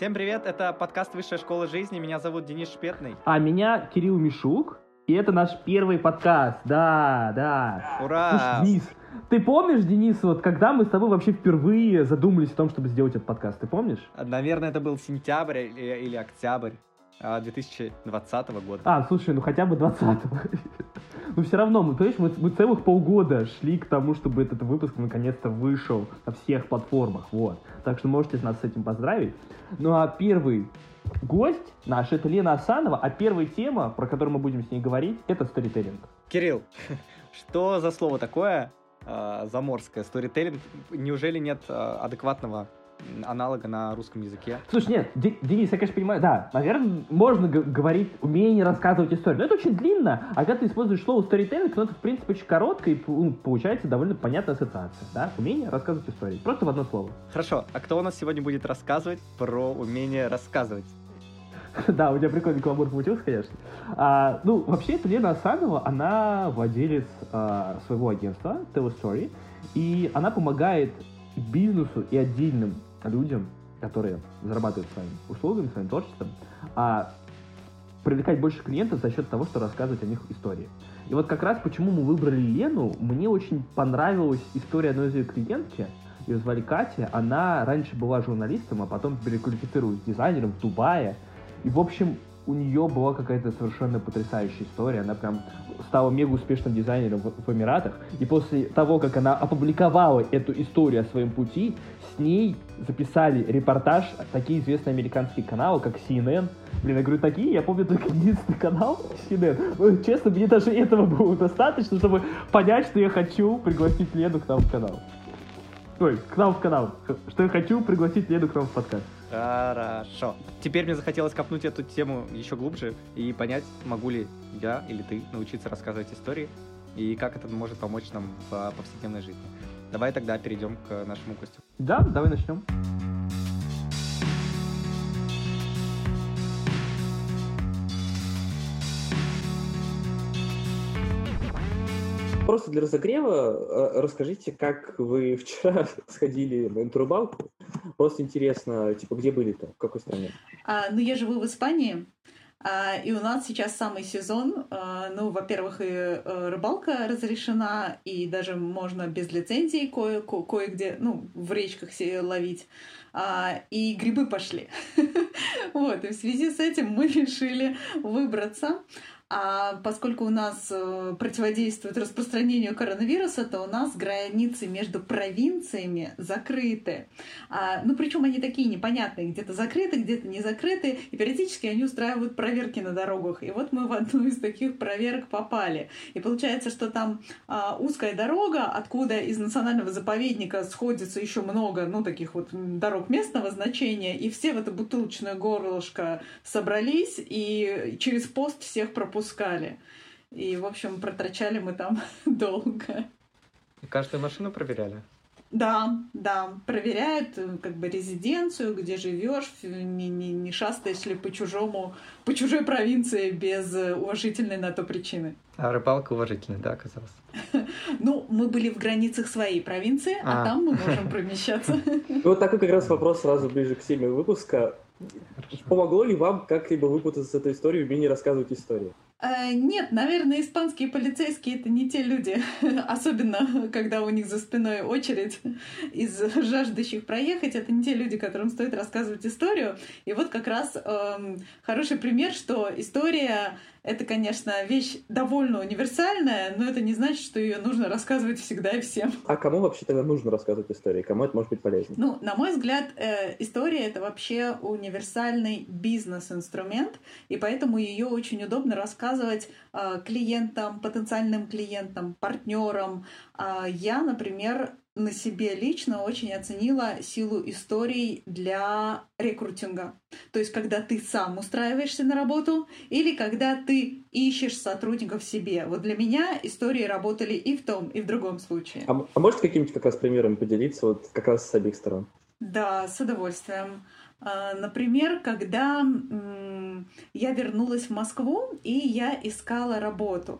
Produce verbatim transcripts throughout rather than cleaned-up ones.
Всем привет, это подкаст «Высшая школа жизни», меня зовут Денис Шпетный. А меня Кирилл Мишук, и это наш первый подкаст, да, да. Ура! Слушай, Денис, ты помнишь, Денис, вот когда мы с тобой вообще впервые задумались о том, чтобы сделать этот подкаст, ты помнишь? Наверное, это был сентябрь или, или октябрь две тысячи двадцатого года. А, слушай, ну хотя бы двадцатого. Но все равно, мы, понимаешь, мы, мы целых полгода шли к тому, чтобы этот выпуск наконец-то вышел на всех платформах, вот. Так что можете нас с этим поздравить. Ну а первый гость наш — это Лена Асанова, а первая тема, про которую мы будем с ней говорить, это сторителлинг. Кирилл, что за слово такое э, заморское, сторителлинг? Неужели нет э, адекватного аналога на русском языке? Слушай, нет, Д- Денис, я, конечно, понимаю, да, наверное, можно г- говорить умение рассказывать историю, но это очень длинно, а когда ты используешь слово storytelling, ну, это, в принципе, очень коротко, и ну, получается довольно понятная ассоциация, да, умение рассказывать истории, просто в одно слово. Хорошо, а кто у нас сегодня будет рассказывать про умение рассказывать? Да, у тебя прикольный каламбур получился, конечно. А, ну, вообще, это Лена Асанова, она владелец а, своего агентства Tell a Story, и она помогает бизнесу и отдельным людям, которые зарабатывают своими услугами, своим творчеством, а привлекать больше клиентов за счет того, что рассказывать о них истории. И вот как раз почему мы выбрали Лену, мне очень понравилась история одной из ее клиентки, ее звали Катя, она раньше была журналистом, а потом переквалифицировалась дизайнером в Дубае, и в общем у нее была какая-то совершенно потрясающая история, она прям стала мега успешным дизайнером в, в Эмиратах, и после того, как она опубликовала эту историю о своем пути, с ней записали репортаж такие известные американские каналы, как си эн эн. Блин, я говорю, такие, я помню только единственный канал си эн эн. Ну, честно, мне даже этого было достаточно, чтобы понять, что я хочу пригласить Лену к нам в канал. Ой, к нам в канал. Что я хочу пригласить Лену к нам в подкаст. Хорошо. Теперь мне захотелось копнуть эту тему еще глубже и понять, могу ли я или ты научиться рассказывать истории, и как это может помочь нам в повседневной жизни. Давай тогда перейдем к нашему гостю. Да, давай начнем. Просто для разогрева расскажите, как вы вчера сходили на эту рыбалку. Просто интересно, типа, где были-то, в какой стране? А, ну, я живу в Испании, а, и у нас сейчас самый сезон. А, ну, во-первых, и а, рыбалка разрешена, и даже можно без лицензии кое- ко- кое-где, ну, в речках себе ловить. А, и грибы пошли. Вот, и в связи с этим мы решили выбраться. А поскольку у нас э, противодействует распространению коронавируса, то у нас границы между провинциями закрыты. А, ну, причем они такие непонятные, где-то закрыты, где-то не закрыты, и периодически они устраивают проверки на дорогах. И вот мы в одну из таких проверок попали. И получается, что там а, узкая дорога, откуда из национального заповедника сходится еще много, ну, таких вот дорог местного значения, и все в это бутылочное горлышко собрались, и через пост всех пропускали. Пускали. И, в общем, проторчали мы там долго. И каждую машину проверяли? Да, да. Проверяют как бы резиденцию, где живешь, не, не, не шастаешь ли по чужому, по чужой провинции без уважительной на то причины. А рыбалка уважительная, да, оказалось? Ну, мы были в границах своей провинции, а, а там мы можем перемещаться. Вот такой как раз вопрос сразу ближе к теме выпуска. Хорошо. Помогло ли вам как-либо выпутаться с этой историей, умение рассказывать истории? А, нет, наверное, испанские полицейские — это не те люди, особенно когда у них за спиной очередь из жаждущих проехать. Это не те люди, которым стоит рассказывать историю. И вот как раз эм, хороший пример, что история — это, конечно, вещь довольно универсальная, но это не значит, что ее нужно рассказывать всегда и всем. А кому вообще тогда нужно рассказывать истории? Кому это может быть полезно? Ну, на мой взгляд, э, история — это вообще универсальный бизнес-инструмент, и поэтому ее очень удобно рассказывать э, клиентам, потенциальным клиентам, партнерам. Э, я, например, на себе лично очень оценила силу историй для рекрутинга. То есть, когда ты сам устраиваешься на работу или когда ты ищешь сотрудников себе. Вот для меня истории работали и в том, и в другом случае. А, а можете какими-нибудь как раз примерами поделиться, вот как раз с обеих сторон? Да, с удовольствием. Например, когда я вернулась в Москву, и я искала работу.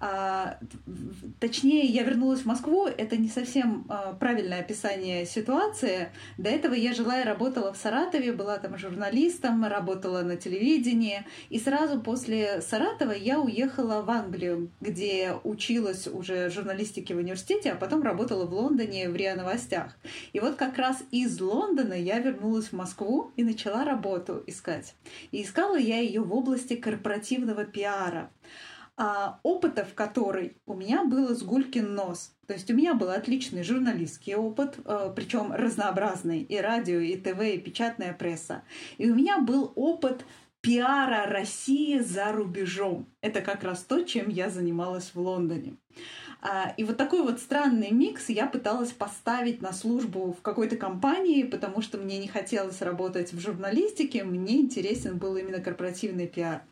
А, точнее, я вернулась в Москву, это не совсем а, правильное описание ситуации. До этого я жила и работала в Саратове, была там журналистом, работала на телевидении. И сразу после Саратова я уехала в Англию, где училась уже журналистике в университете, а потом работала в Лондоне в РИА Новостях. И вот как раз из Лондона я вернулась в Москву и начала работу искать. И искала я ее в области корпоративного пиара. А опыта в которой у меня было с гулькин нос. То есть у меня был отличный журналистский опыт, причем разнообразный, и радио, и ТВ, и печатная пресса. И у меня был опыт пиара России за рубежом. Это как раз то, чем я занималась в Лондоне. И вот такой вот странный микс я пыталась поставить на службу в какой-то компании, потому что мне не хотелось работать в журналистике, мне интересен был именно корпоративный пиар.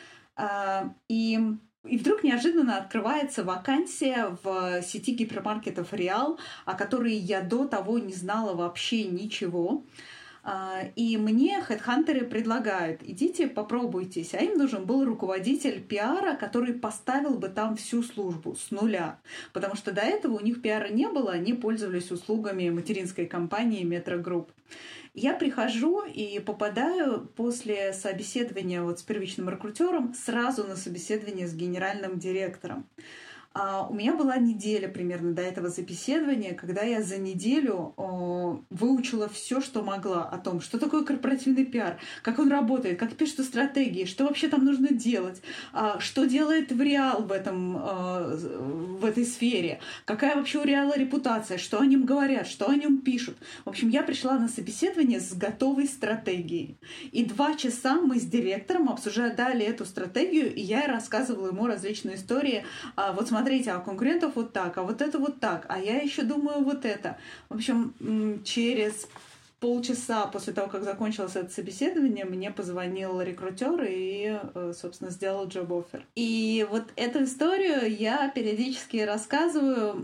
И И вдруг неожиданно открывается вакансия в сети гипермаркетов «Реал», о которой я до того не знала вообще ничего. И мне хедхантеры предлагают: идите, попробуйтесь. А им нужен был руководитель пиара, который поставил бы там всю службу с нуля. Потому что до этого у них пиара не было, они пользовались услугами материнской компании Metro Group. Я прихожу и попадаю после собеседования вот с первичным рекрутером сразу на собеседование с генеральным директором. А у меня была неделя примерно до этого собеседования, когда я за неделю о, выучила все, что могла о том, что такое корпоративный пиар, как он работает, как пишут стратегии, что вообще там нужно делать, а, что делает в Реал в, этом, а, в этой сфере, какая вообще у Реала репутация, что о нем говорят, что о нем пишут. В общем, я пришла на собеседование с готовой стратегией. И два часа мы с директором обсуждали эту стратегию, и я рассказывала ему различные истории. А, вот смотрите, а у конкурентов вот так, а вот это вот так, а я еще думаю вот это. В общем, через полчаса после того, как закончилось это собеседование, мне позвонил рекрутер и, собственно, сделал job-offer. И вот эту историю я периодически рассказываю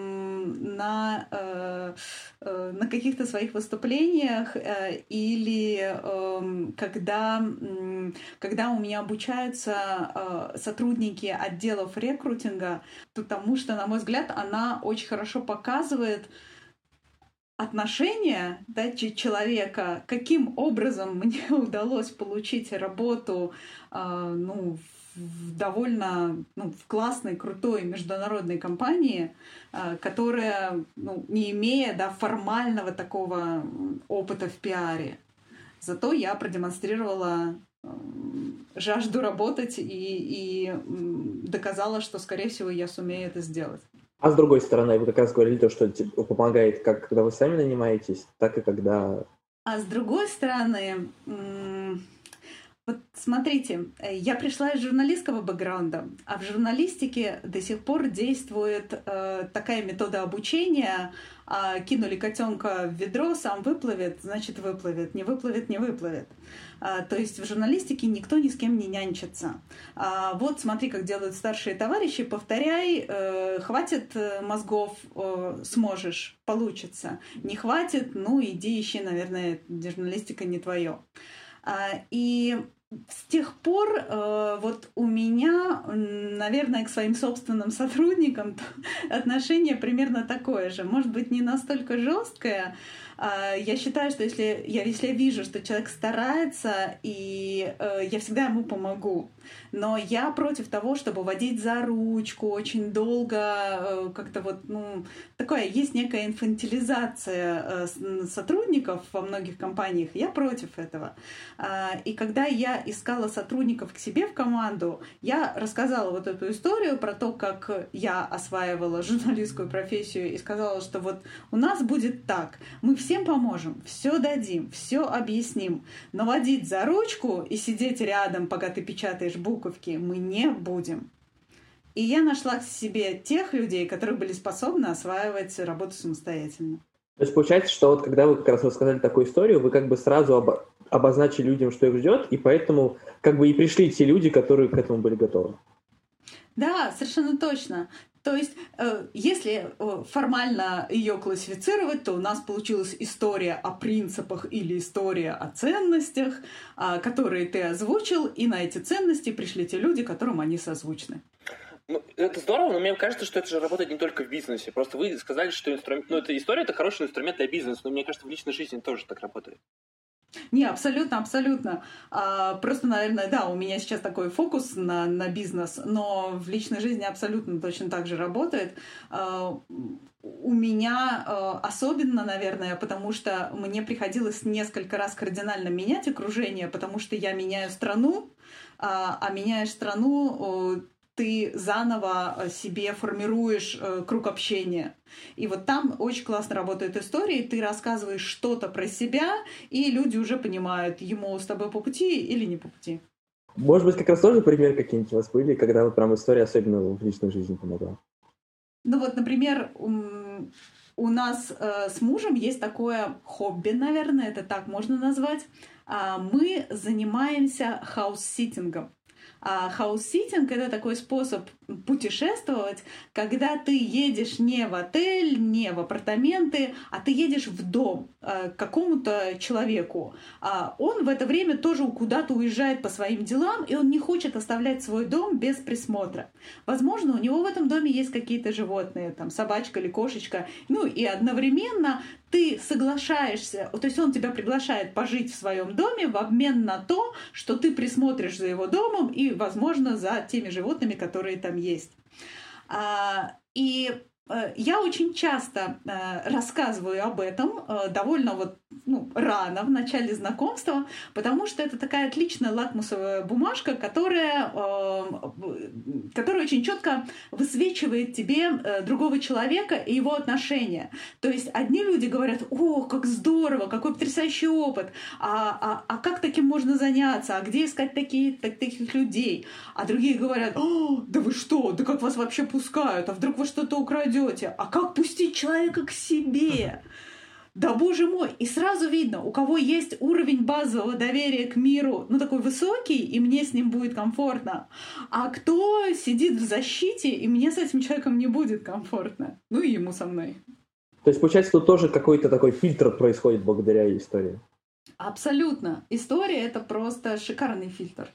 на, на каких-то своих выступлениях или когда, когда у меня обучаются сотрудники отделов рекрутинга, потому что, на мой взгляд, она очень хорошо показывает отношение, да, человека, каким образом мне удалось получить работу э, ну, в довольно ну, в классной, крутой международной компании, э, которая, ну, не имея да, формального такого опыта в пиаре. Зато я продемонстрировала э, жажду работать и, и доказала, что, скорее всего, я сумею это сделать. А с другой стороны, вы как раз говорили то, что типа, помогает как когда вы сами нанимаетесь, так и когда... А с другой стороны, вот смотрите, я пришла из журналистского бэкграунда, а в журналистике до сих пор действует э, такая метода обучения: э, кинули котенка в ведро, сам выплывет, значит выплывет, не выплывет, не выплывет. Э, то есть в журналистике никто ни с кем не нянчится. Э, вот смотри, как делают старшие товарищи, повторяй, э, хватит мозгов, э, сможешь, получится. Не хватит, ну иди ищи, наверное, журналистика не твое. Э, и с тех пор э, вот у меня, наверное, к своим собственным сотрудникам отношение примерно такое же. Может быть, не настолько жесткое. Э, я считаю, что если я, если я вижу, что человек старается, и э, я всегда ему помогу. Но я против того, чтобы водить за ручку очень долго, э, как-то вот, ну, такое, есть некая инфантилизация э, сотрудников во многих компаниях. Я против этого. Э, и когда я искала сотрудников к себе в команду, я рассказала вот эту историю про то, как я осваивала журналистскую профессию, и сказала, что вот у нас будет так, мы всем поможем, все дадим, все объясним, но водить за ручку и сидеть рядом, пока ты печатаешь буковки, мы не будем. И я нашла в себе тех людей, которые были способны осваивать работу самостоятельно. То есть получается, что вот когда вы как раз рассказали такую историю, вы как бы сразу об... обозначили людям, что их ждет, и поэтому как бы и пришли те люди, которые к этому были готовы. Да, совершенно точно. То есть, если формально ее классифицировать, то у нас получилась история о принципах или история о ценностях, которые ты озвучил, и на эти ценности пришли те люди, которым они созвучны. Ну, это здорово, но мне кажется, что это же работает не только в бизнесе. Просто вы сказали, что инструмент... ну, эта история — это хороший инструмент для бизнеса, но мне кажется, в личной жизни тоже так работает. Не, абсолютно, абсолютно. А, просто, наверное, да, у меня сейчас такой фокус на, на бизнес, но в личной жизни абсолютно точно так же работает. А, у меня а, особенно, наверное, потому что мне приходилось несколько раз кардинально менять окружение, потому что я меняю страну, а, а меняешь страну... ты заново себе формируешь э, круг общения. И вот там очень классно работают истории, ты рассказываешь что-то про себя, и люди уже понимают, ему с тобой по пути или не по пути. Может быть, как раз тоже пример какие-нибудь у вас были, когда вот прям история особенно в личной жизни помогла? Ну вот, например, у нас э, с мужем есть такое хобби, наверное, это так можно назвать. А, мы занимаемся хаус-ситтингом. А хаус-ситтинг — это такой способ путешествовать, когда ты едешь не в отель, не в апартаменты, а ты едешь в дом э, к какому-то человеку. А он в это время тоже куда-то уезжает по своим делам, и он не хочет оставлять свой дом без присмотра. Возможно, у него в этом доме есть какие-то животные, там собачка или кошечка, ну и одновременно ты соглашаешься, то есть он тебя приглашает пожить в своем доме в обмен на то, что ты присмотришь за его домом и, возможно, за теми животными, которые там есть. И я очень часто рассказываю об этом довольно вот, ну, рано, в начале знакомства, потому что это такая отличная лакмусовая бумажка, которая, которая очень четко высвечивает тебе другого человека и его отношения. То есть одни люди говорят: «О, как здорово, какой потрясающий опыт, а, а, а как таким можно заняться, а где искать такие, так, таких людей?» А другие говорят: «О, да вы что, да как вас вообще пускают, а вдруг вы что-то украдете, а как пустить человека к себе?» Да боже мой! И сразу видно, у кого есть уровень базового доверия к миру, ну такой высокий, и мне с ним будет комфортно, а кто сидит в защите, и мне с этим человеком не будет комфортно. Ну и ему со мной. То есть, получается, тут тоже какой-то такой фильтр происходит благодаря истории? Абсолютно. История — это просто шикарный фильтр.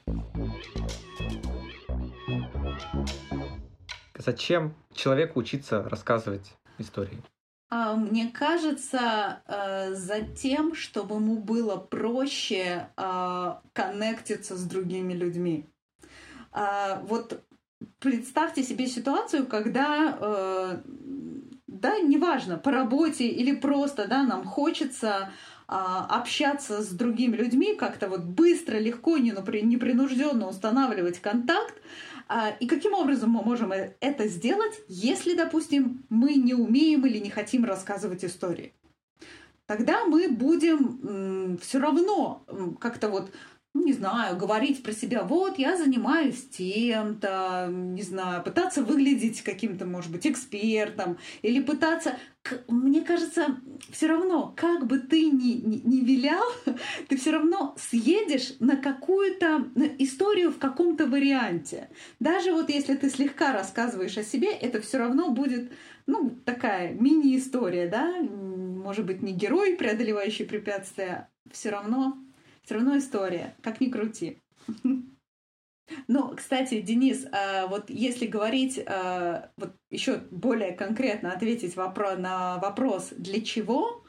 Зачем человеку учиться рассказывать истории? Мне кажется, за тем, чтобы ему было проще коннектиться с другими людьми. Вот представьте себе ситуацию, когда, да, неважно, по работе или просто, да, нам хочется общаться с другими людьми, как-то вот быстро, легко, непринужденно устанавливать контакт. И каким образом мы можем это сделать, если, допустим, мы не умеем или не хотим рассказывать истории? Тогда мы будем все равно как-то вот, ну, не знаю, говорить про себя: вот, я занимаюсь тем-то, не знаю, пытаться выглядеть каким-то, может быть, экспертом, или пытаться... Мне кажется, все равно, как бы ты ни, ни, ни вилял, ты все равно съедешь на какую-то историю в каком-то варианте. Даже вот если ты слегка рассказываешь о себе, это все равно будет, ну, такая мини-история, да? Может быть, не герой, преодолевающий препятствия, все равно... Все равно история, как ни крути. Ну, кстати, Денис, вот если говорить, вот еще более конкретно ответить на вопрос «для чего?»,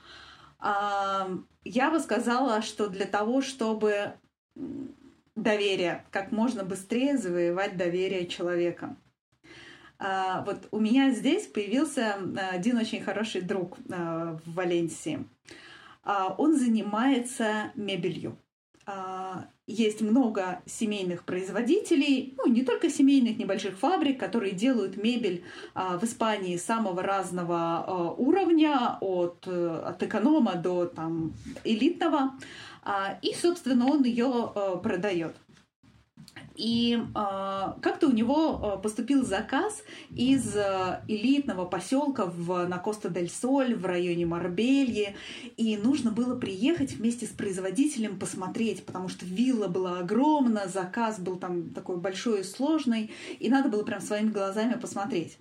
я бы сказала, что для того, чтобы доверие, как можно быстрее завоевать доверие человека. Вот у меня здесь появился один очень хороший друг в Валенсии. Он занимается мебелью. Есть много семейных производителей, ну, не только семейных, небольших фабрик, которые делают мебель в Испании самого разного уровня, от, от эконома до там, элитного. И, собственно, он ее продает. И э, как-то у него поступил заказ из элитного поселка в, на Коста-дель-Соль, в районе Марбельи, и нужно было приехать вместе с производителем посмотреть, потому что вилла была огромна, заказ был там такой большой и сложный, и надо было прям своими глазами посмотреть.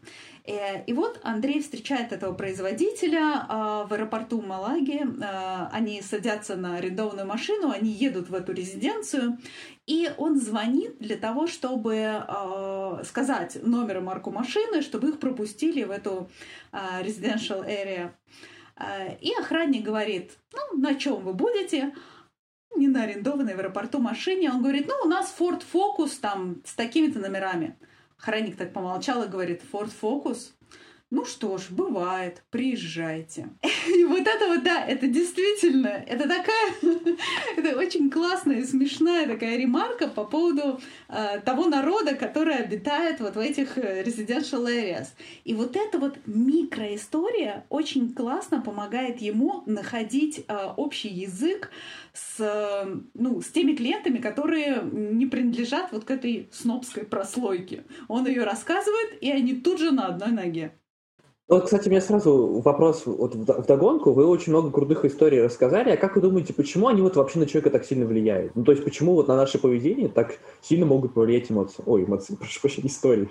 И вот Андрей встречает этого производителя в аэропорту Малаги. Они садятся на арендованную машину, они едут в эту резиденцию, и он звонит для того, чтобы сказать номер и марку машины, чтобы их пропустили в эту residential area. И охранник говорит: ну, на чем вы будете? Не на арендованной в аэропорту машине. Он говорит: ну, у нас Ford Focus там с такими-то номерами. Охранник так помолчал и говорит: Ford Focus? Ну что ж, бывает, приезжайте. И вот это вот, да, это действительно, это такая, это очень классная и смешная такая ремарка по поводу э, того народа, который обитает вот в этих residential areas. И вот эта вот микроистория очень классно помогает ему находить э, общий язык с, э, ну, с теми клиентами, которые не принадлежат вот к этой снобской прослойке. Он ее рассказывает, и они тут же на одной ноге. Вот, кстати, у меня сразу вопрос вот вдогонку. Вы очень много крутых историй рассказали. А как вы думаете, почему они вот вообще на человека так сильно влияют? Ну, то есть, почему вот на наше поведение так сильно могут повлиять эмоции? Ой, эмоции, прошу прощения, истории.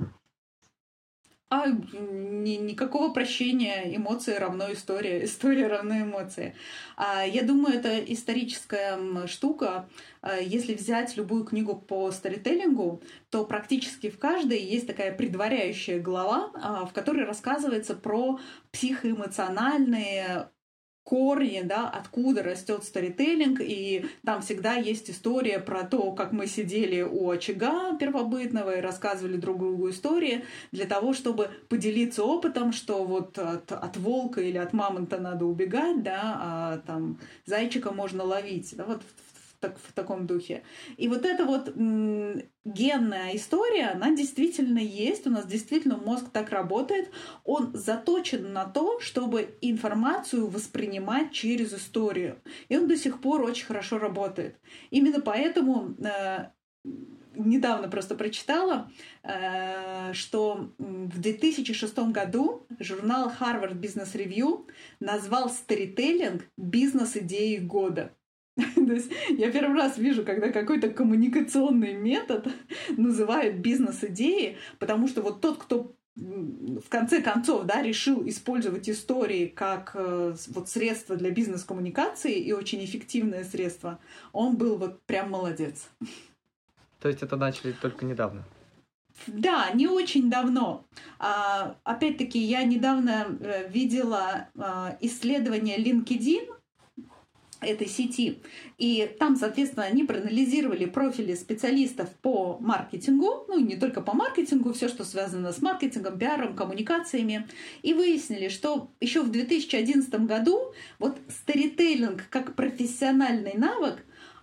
А ни, никакого прощения. Эмоции равно история. История равно эмоции. А, я думаю, это историческая штука. А, если взять любую книгу по сторителлингу, то практически в каждой есть такая предваряющая глава, а, в которой рассказывается про психоэмоциональные корни, да, откуда растет сторителлинг, и там всегда есть история про то, как мы сидели у очага первобытного и рассказывали друг другу истории для того, чтобы поделиться опытом, что вот от, от волка или от мамонта надо убегать, да, а там зайчика можно ловить, да, вот в, так, в таком духе. И вот эта вот м- генная история, она действительно есть, у нас действительно мозг так работает, он заточен на то, чтобы информацию воспринимать через историю. И он до сих пор очень хорошо работает. Именно поэтому э, недавно просто прочитала, э, что в две тысячи шестом году журнал Harvard Business Review назвал сторителлинг бизнес-идеей года. То есть я первый раз вижу, когда какой-то коммуникационный метод называют бизнес-идеей, потому что вот тот, кто в конце концов, да, решил использовать истории как э, вот средство для бизнес-коммуникации и очень эффективное средство, он был вот прям молодец. То есть это начали только недавно? Да, не очень давно. А, опять-таки, я недавно э, видела э, исследование LinkedIn, этой сети. И там, соответственно, они проанализировали профили специалистов по маркетингу, ну и не только по маркетингу, все, что связано с маркетингом, пиаром, коммуникациями, и выяснили, что еще в две тысячи одиннадцатом году вот сторителлинг как профессиональный навык,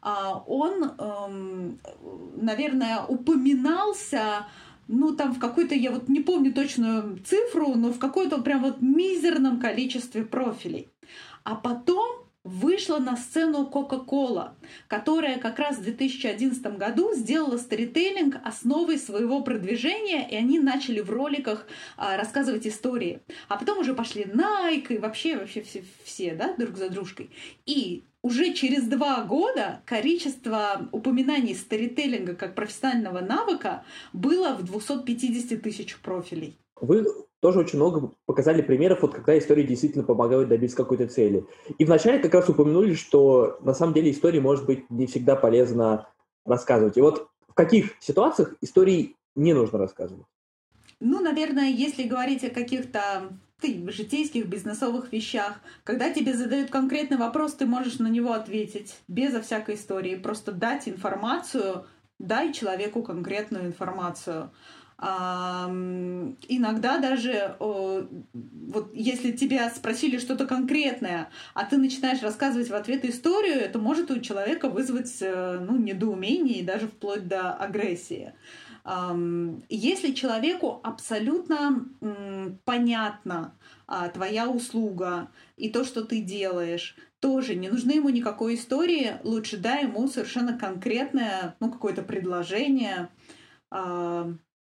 он, наверное, упоминался, ну, там в какой-то, я вот не помню точную цифру, но в какой-то прям вот мизерном количестве профилей. А потом вышла на сцену Coca-Cola, которая как раз в две тысячи одиннадцатом году сделала сторителлинг основой своего продвижения, и они начали в роликах а, рассказывать истории. А потом уже пошли Nike и вообще, вообще все, все, да, друг за дружкой. И уже через два года количество упоминаний сторителлинга как профессионального навыка было в двести пятьдесят тысяч профилей. Вы тоже очень много показали примеров, вот когда истории действительно помогают добиться какой-то цели. И вначале как раз упомянули, что на самом деле истории, может быть, не всегда полезно рассказывать. И вот в каких ситуациях истории не нужно рассказывать? Ну, наверное, если говорить о каких-то житейских, бизнесовых вещах, когда тебе задают конкретный вопрос, ты можешь на него ответить безо всякой истории. Просто дать информацию, дай человеку конкретную информацию. А, иногда даже о, вот если тебя спросили что-то конкретное, а ты начинаешь рассказывать в ответ историю, это может у человека вызвать ну, недоумение и даже вплоть до агрессии. А, если человеку абсолютно м, понятна а, твоя услуга и то, что ты делаешь, тоже не нужны ему никакой истории, лучше дай ему совершенно конкретное, ну, какое-то предложение, а,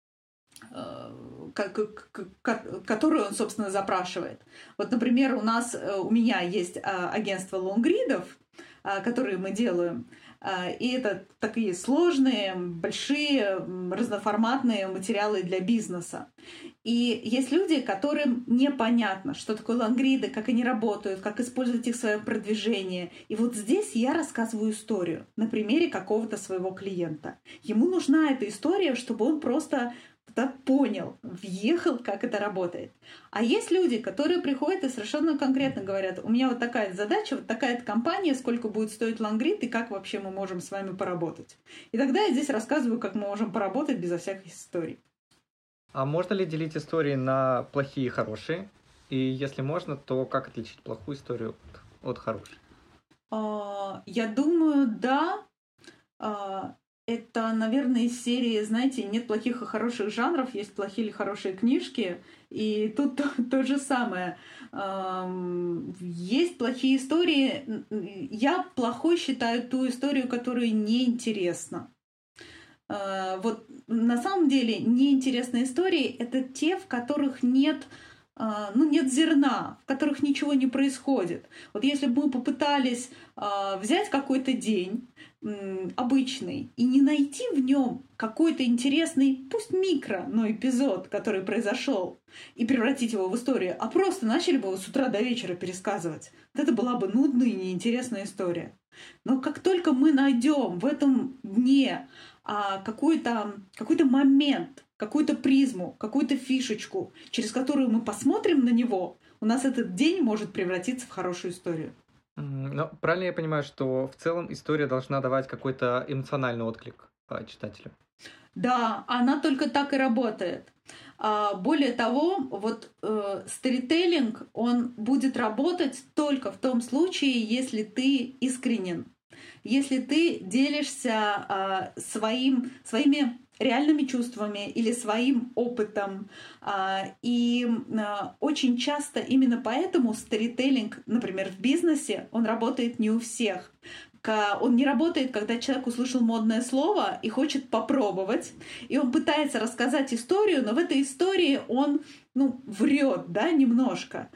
которую он, собственно, запрашивает. Вот, например, у нас, у меня есть агентство лонгридов, которые мы делаем. И это такие сложные, большие, разноформатные материалы для бизнеса. И есть люди, которым непонятно, что такое лонгриды, как они работают, как использовать их в своем продвижении. И вот здесь я рассказываю историю на примере какого-то своего клиента. Ему нужна эта история, чтобы он просто да, понял, въехал, как это работает. А есть люди, которые приходят и совершенно конкретно говорят: у меня вот такая задача, вот такая компания, сколько будет стоить лонгрид и как вообще мы можем с вами поработать. И тогда я здесь рассказываю, как мы можем поработать безо всяких историй. А можно ли делить истории на плохие и хорошие? И если можно, то как отличить плохую историю от, от хорошей? А, я думаю, да. А, это, наверное, из серии, знаете, нет плохих и хороших жанров, есть плохие или хорошие книжки. И тут то, то же самое. А, есть плохие истории. Я плохой считаю ту историю, которая неинтересна. Вот на самом деле неинтересные истории — это те, в которых нет, ну, нет зерна, в которых ничего не происходит. Вот если бы мы попытались взять какой-то день обычный и не найти в нем какой-то интересный, пусть микро, но эпизод, который произошел, и превратить его в историю, а просто начали бы его с утра до вечера пересказывать, вот это была бы нудная и неинтересная история. Но как только мы найдем в этом дне а, какой-то, какой-то момент, какую-то призму, какую-то фишечку, через которую мы посмотрим на него, у нас этот день может превратиться в хорошую историю. Ну, правильно я понимаю, что в целом история должна давать какой-то эмоциональный отклик читателю? Да, она только так и работает. Более того, вот э, сторителлинг, он будет работать только в том случае, если ты искренен, если ты делишься э, своим, своими реальными чувствами или своим опытом. И очень часто именно поэтому сторителлинг, например, в бизнесе, он работает не у всех. Он не работает, когда человек услышал модное слово и хочет попробовать, и он пытается рассказать историю, но в этой истории он ну, врет, да, немножко.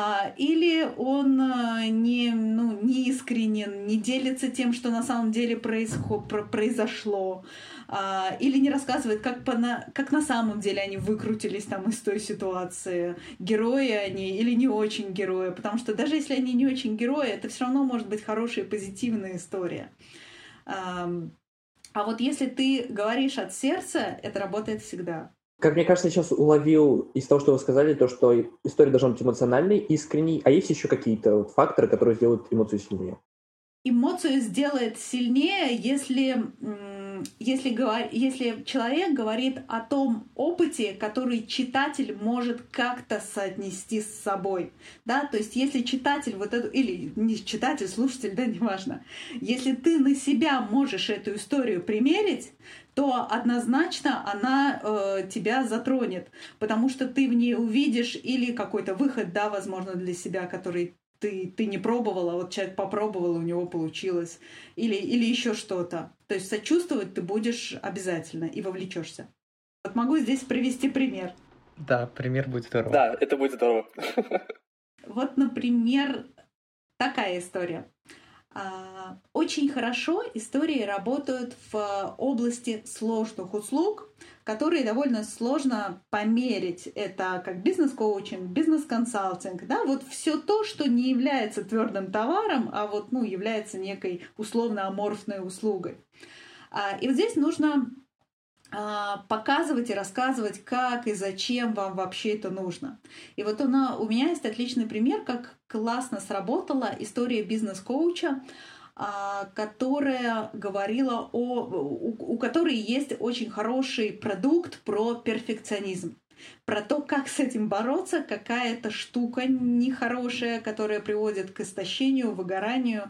Или он не, ну, не искренен, не делится тем, что на самом деле происход... произошло. Или не рассказывает, как, по на... как на самом деле они выкрутились там из той ситуации. Герои они или не очень герои. Потому что даже если они не очень герои, это все равно может быть хорошая, позитивная история. А вот если ты говоришь от сердца, это работает всегда. Как мне кажется, я сейчас уловил из того, что вы сказали, то, что история должна быть эмоциональной, искренней, а есть еще какие-то вот факторы, которые сделают эмоцию сильнее? Эмоцию сделает сильнее, если, если, говор, если человек говорит о том опыте, который читатель может как-то соотнести с собой. Да? То есть если читатель, вот эту, или не читатель, слушатель, да, неважно, если ты на себя можешь эту историю примерить, то однозначно она э, тебя затронет, потому что ты в ней увидишь или какой-то выход, да, возможно, для себя, который Ты, ты не пробовала, вот человек попробовал, у него получилось. Или, или еще что-то. То есть сочувствовать ты будешь обязательно и вовлечешься. Вот могу здесь привести пример. Да, пример будет здорово. Да, это будет здорово. Вот, например, такая история. Очень хорошо истории работают в области сложных услуг, которые довольно сложно померить. Это как бизнес-коучинг, бизнес-консалтинг, да, вот все то, что не является твердым товаром, а вот, ну, является некой условно-аморфной услугой. И вот здесь нужно показывать и рассказывать, как и зачем вам вообще это нужно. И вот она, у меня есть отличный пример, как классно сработала история бизнес-коуча, которая говорила о... У, у которой есть очень хороший продукт про перфекционизм. Про то, как с этим бороться, какая-то штука нехорошая, которая приводит к истощению, выгоранию,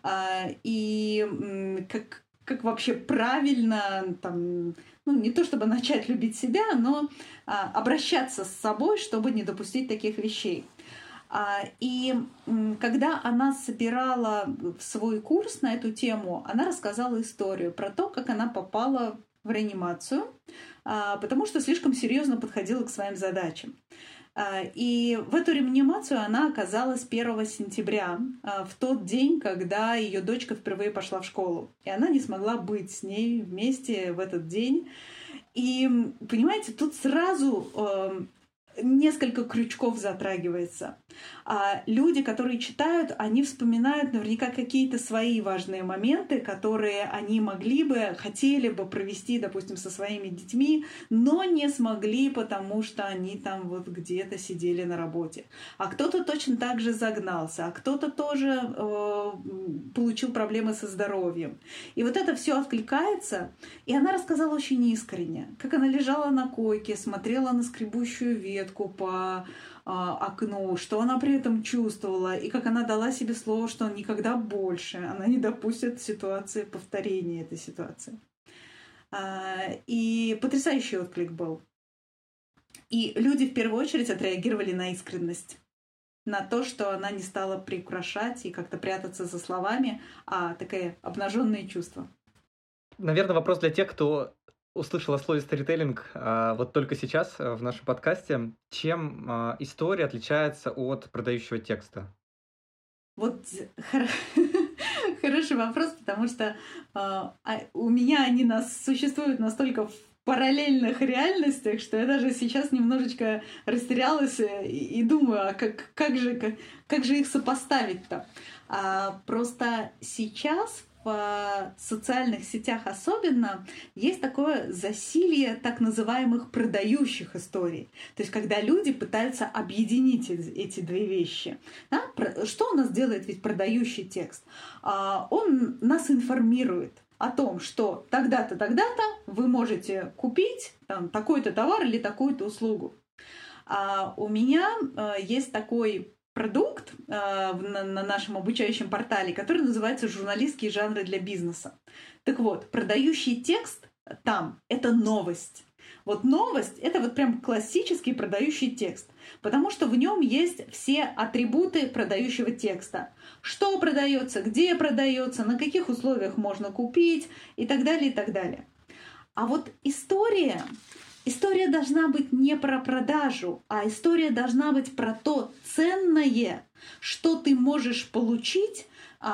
и как, как вообще правильно там, ну, не то чтобы начать любить себя, но а, обращаться с собой, чтобы не допустить таких вещей. А, и м, когда она собирала свой курс на эту тему, она рассказала историю про то, как она попала в реанимацию, а, потому что слишком серьезно подходила к своим задачам. И в эту реанимацию она оказалась первого сентября, в тот день, когда ее дочка впервые пошла в школу. И она не смогла быть с ней вместе в этот день. И, понимаете, тут сразу несколько крючков затрагивается. А люди, которые читают, они вспоминают наверняка какие-то свои важные моменты, которые они могли бы, хотели бы провести, допустим, со своими детьми, но не смогли, потому что они там вот где-то сидели на работе. А кто-то точно так же загнался, а кто-то тоже э, получил проблемы со здоровьем. И вот это все откликается, и она рассказала очень искренне, как она лежала на койке, смотрела на скребущую ветку по а, окну, что она при этом чувствовала, и как она дала себе слово, что никогда больше она не допустит ситуации, повторения этой ситуации. А, и потрясающий отклик был. И люди в первую очередь отреагировали на искренность, на то, что она не стала приукрашать и как-то прятаться за словами, а такие обнаженные чувства. Наверное, вопрос для тех, кто услышал о слове сторителлинг а, вот только сейчас а, в нашем подкасте. Чем а, история отличается от продающего текста? Вот хороший вопрос, потому что а, у меня они нас существуют настолько в параллельных реальностях, что я даже сейчас немножечко растерялась и, и думаю, а как, как, же, как, как же их сопоставить-то? А, просто сейчас в социальных сетях особенно есть такое засилье так называемых продающих историй. То есть когда люди пытаются объединить эти две вещи. Да? Что у нас делает ведь продающий текст? Он нас информирует о том, что тогда-то, тогда-то вы можете купить там, такой-то товар или такую-то услугу. А у меня есть такой продукт э, на, на нашем обучающем портале, который называется «Журналистские жанры для бизнеса». Так вот, продающий текст там — это новость. Вот новость — это вот прям классический продающий текст, потому что в нем есть все атрибуты продающего текста. Что продается, где продается, на каких условиях можно купить и так далее, и так далее. А вот история... История должна быть не про продажу, а история должна быть про то ценное, что ты можешь получить,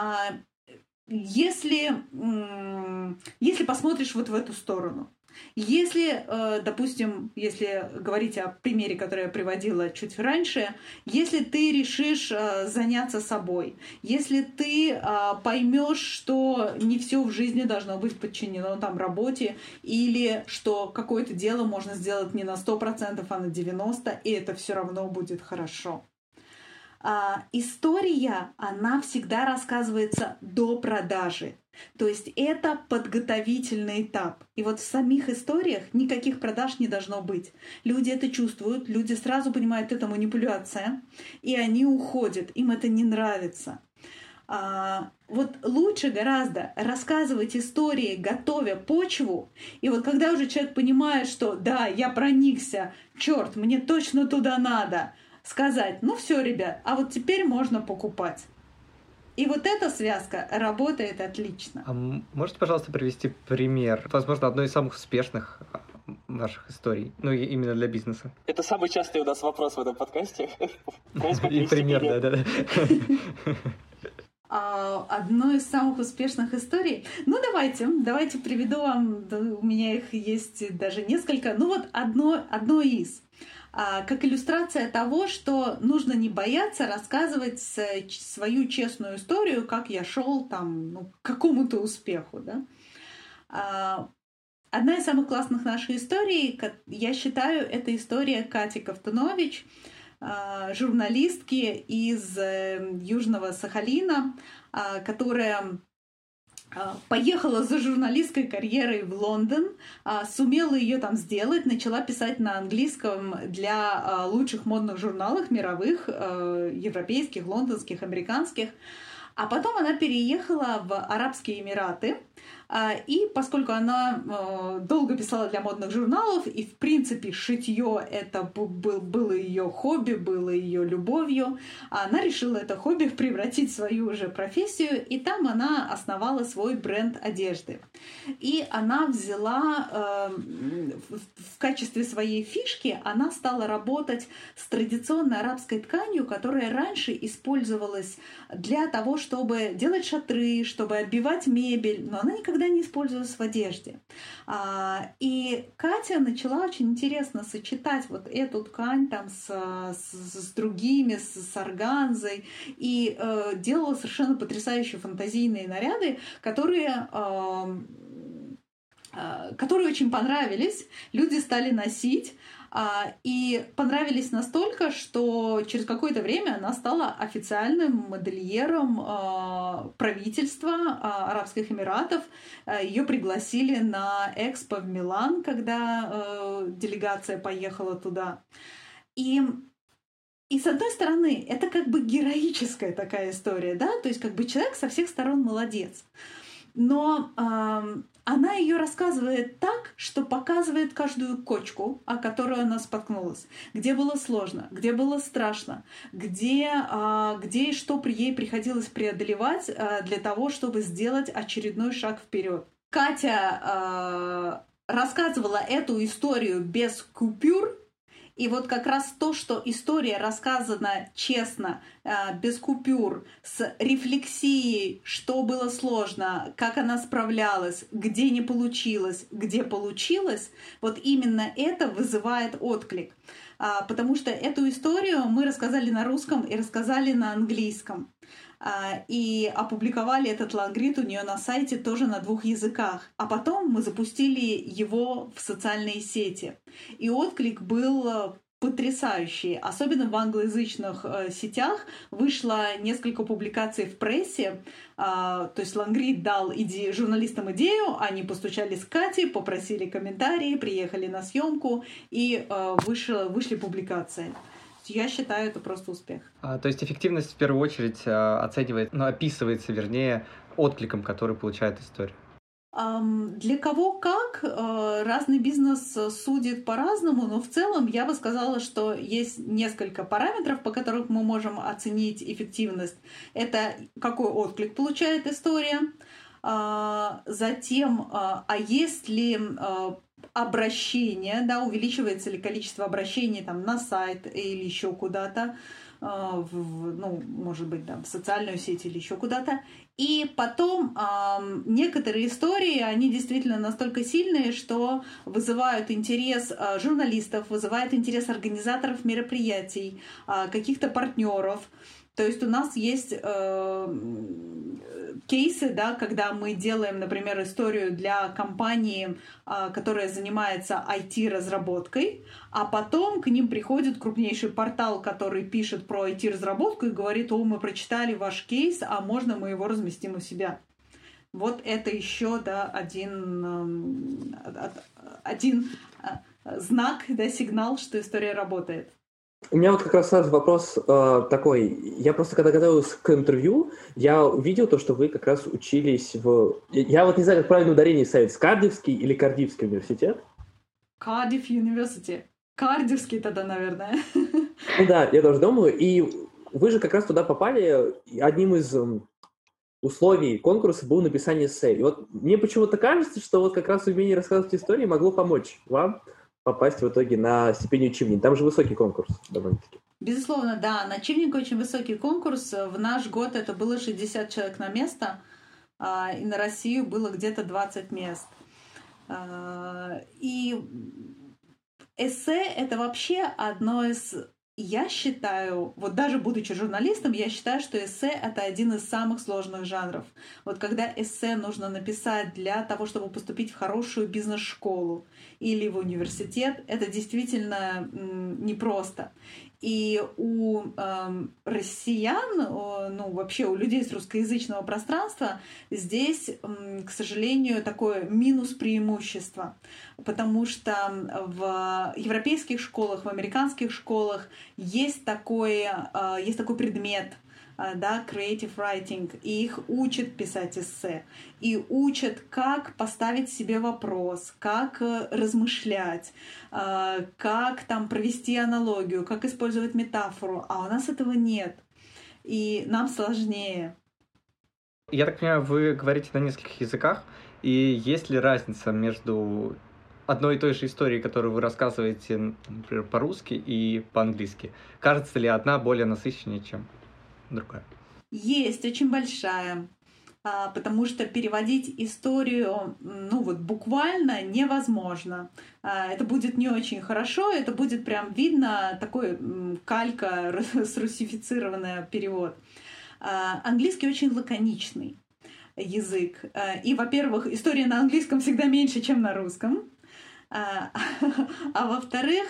если, если посмотришь вот в эту сторону. Если, допустим, если говорить о примере, который я приводила чуть раньше, если ты решишь заняться собой, если ты поймешь, что не все в жизни должно быть подчинено там работе, или что какое-то дело можно сделать не на сто процентов, а на девяносто процентов, и это все равно будет хорошо. А, история, она всегда рассказывается до продажи. То есть это подготовительный этап. И вот в самих историях никаких продаж не должно быть. Люди это чувствуют, люди сразу понимают, это манипуляция, и они уходят, им это не нравится. А, вот лучше гораздо рассказывать истории, готовя почву. И вот когда уже человек понимает, что да, я проникся, черт, мне точно туда надо, сказать, ну все, ребят, а вот теперь можно покупать. И вот эта связка работает отлично. А можете, пожалуйста, привести пример, возможно, одной из самых успешных ваших историй, ну и именно для бизнеса? Это самый частый у нас вопрос в этом подкасте. И пример, да-да-да. Одной из самых успешных историй. Ну, давайте, давайте приведу вам, у меня их есть даже несколько. Ну вот одно, одно из. Как иллюстрация того, что нужно не бояться рассказывать свою честную историю, как я шел там, ну, к какому-то успеху. Да? Одна из самых классных наших историй, я считаю, это история Кати Ковтунович, журналистки из Южного Сахалина, которая поехала за журналистской карьерой в Лондон, сумела ее там сделать, начала писать на английском для лучших модных журналов мировых, европейских, лондонских, американских. А потом она переехала в Арабские Эмираты И поскольку она долго писала для модных журналов, и, в принципе, шитье это было ее хобби, было ее любовью, она решила это хобби превратить в свою уже профессию, и там она основала свой бренд одежды. И она взяла в качестве своей фишки, она стала работать с традиционной арабской тканью, которая раньше использовалась для того, чтобы делать шатры, чтобы оббивать мебель, но она никогда не использовалась в одежде. И Катя начала очень интересно сочетать вот эту ткань там с, с, с другими, с, с органзой, и э, делала совершенно потрясающие фантазийные наряды, которые, э, э, которые очень понравились, люди стали носить. И понравились настолько, что через какое-то время она стала официальным модельером правительства Арабских Эмиратов. Ее пригласили на Экспо в Милан, когда делегация поехала туда. И И с одной стороны, это как бы героическая такая история, да, то есть как бы человек со всех сторон молодец. Но э, она ее рассказывает так, что показывает каждую кочку, о которую она споткнулась, где было сложно, где было страшно, где, э, где и что ей приходилось преодолевать э, для того, чтобы сделать очередной шаг вперед. Катя э, рассказывала эту историю без купюр. И вот как раз то, что история рассказана честно, без купюр, с рефлексией, что было сложно, как она справлялась, где не получилось, где получилось, вот именно это вызывает отклик. Потому что эту историю мы рассказали на русском и рассказали на английском. И опубликовали этот лонгрид у нее на сайте тоже на двух языках. А потом мы запустили его в социальные сети. И отклик был потрясающий. Особенно в англоязычных сетях вышло несколько публикаций в прессе. То есть лонгрид дал иде... журналистам идею, они постучались к Кате, попросили комментарии, приехали на съемку, и вышло... вышли публикации. Я считаю, это просто успех. А, то есть эффективность в первую очередь а, оценивает, ну, описывается, вернее, откликом, который получает история. Um, для кого как, uh, разный бизнес судит по-разному, но в целом я бы сказала, что есть несколько параметров, по которым мы можем оценить эффективность. Это какой отклик получает история, uh, затем, uh, а есть ли uh, обращение, да, увеличивается ли количество обращений там, на сайт или еще куда-то, в, ну, может быть, да, в социальную сеть или еще куда-то. И потом э, некоторые истории, они действительно настолько сильные, что вызывают интерес э, журналистов, вызывают интерес организаторов мероприятий, э, каких-то партнеров. То есть у нас есть э, кейсы, да, когда мы делаем, например, историю для компании, э, которая занимается ай ти-разработкой, а потом к ним приходит крупнейший портал, который пишет про ай ти-разработку и говорит: о, мы прочитали ваш кейс, а можно мы его разместим у себя? Вот это еще, да, один, один знак, да, сигнал, что история работает. У меня вот как раз сразу вопрос э, такой. Я просто, когда готовился к интервью, я увидел то, что вы как раз учились в... Я вот не знаю, как правильно ударение ставить. Кардифский или Кардифский университет? Cardiff University. Кардифский тогда, наверное. Ну да, я тоже думаю. И вы же как раз туда попали. Одним из условий конкурса было написание эссе. И вот мне почему-то кажется, что вот как раз умение рассказывать истории могло помочь вам попасть в итоге на стипендию Чивнин. Там же высокий конкурс довольно-таки. Безусловно, да. На Чивнинга очень высокий конкурс. В наш год это было шестьдесят человек на место, и на Россию было где-то двадцать мест. И эссе — это вообще одно из... Я считаю, вот даже будучи журналистом, я считаю, что эссе — это один из самых сложных жанров. Вот когда эссе нужно написать для того, чтобы поступить в хорошую бизнес-школу или в университет, это действительно непросто. И у э, россиян, ну вообще у людей с русскоязычного пространства здесь, э, к сожалению, такое минус-преимущество, потому что в европейских школах, в американских школах есть такой, э, есть такой предмет, да, creative writing, и их учат писать эссе, и учат, как поставить себе вопрос, как размышлять, как там провести аналогию, как использовать метафору, а у нас этого нет, и нам сложнее. Я так понимаю, вы говорите на нескольких языках, и есть ли разница между одной и той же историей, которую вы рассказываете, например, по-русски и по-английски? Кажется ли одна более насыщеннее, чем другая? Есть, очень большая, потому что переводить историю, ну вот буквально невозможно. Это будет не очень хорошо, это будет прям видно такой калька, срусифицированный перевод. Английский очень лаконичный язык. И, во-первых, история на английском всегда меньше, чем на русском. А, а во-вторых,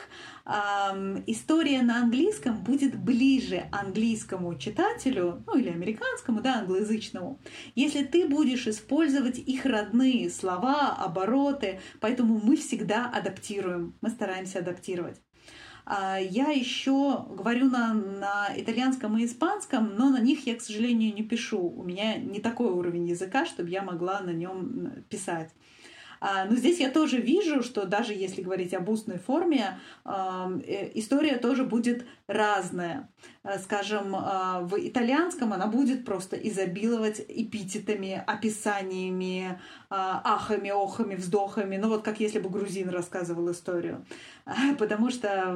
история на английском будет ближе английскому читателю, ну или американскому, да, англоязычному, если ты будешь использовать их родные слова, обороты, поэтому мы всегда адаптируем, мы стараемся адаптировать. Я еще говорю на, на итальянском и испанском, но на них я, к сожалению, не пишу. У меня не такой уровень языка, чтобы я могла на нем писать. Но здесь я тоже вижу, что даже если говорить об устной форме, история тоже будет разная. Скажем, в итальянском она будет просто изобиловать эпитетами, описаниями, ахами, охами, вздохами. Ну вот как если бы грузин рассказывал историю. Потому что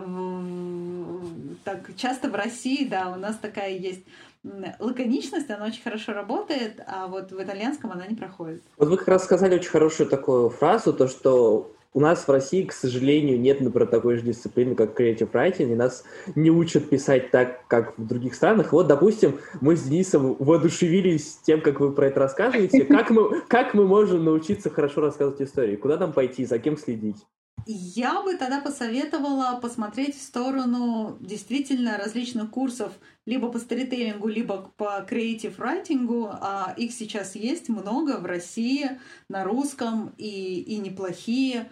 так часто в России, да, у нас такая есть лаконичность, она очень хорошо работает, а вот в итальянском она не проходит. Вот вы как раз сказали очень хорошую такую фразу, то, что у нас в России, к сожалению, нет, например, такой же дисциплины, как creative writing, и нас не учат писать так, как в других странах. Вот, допустим, мы с Денисом воодушевились тем, как вы про это рассказываете. Как мы, как мы можем научиться хорошо рассказывать истории? Куда нам пойти, за кем следить? Я бы тогда посоветовала посмотреть в сторону действительно различных курсов либо по сторителлингу, либо по креатив райтингу. А их сейчас есть много в России, на русском, и, и неплохие.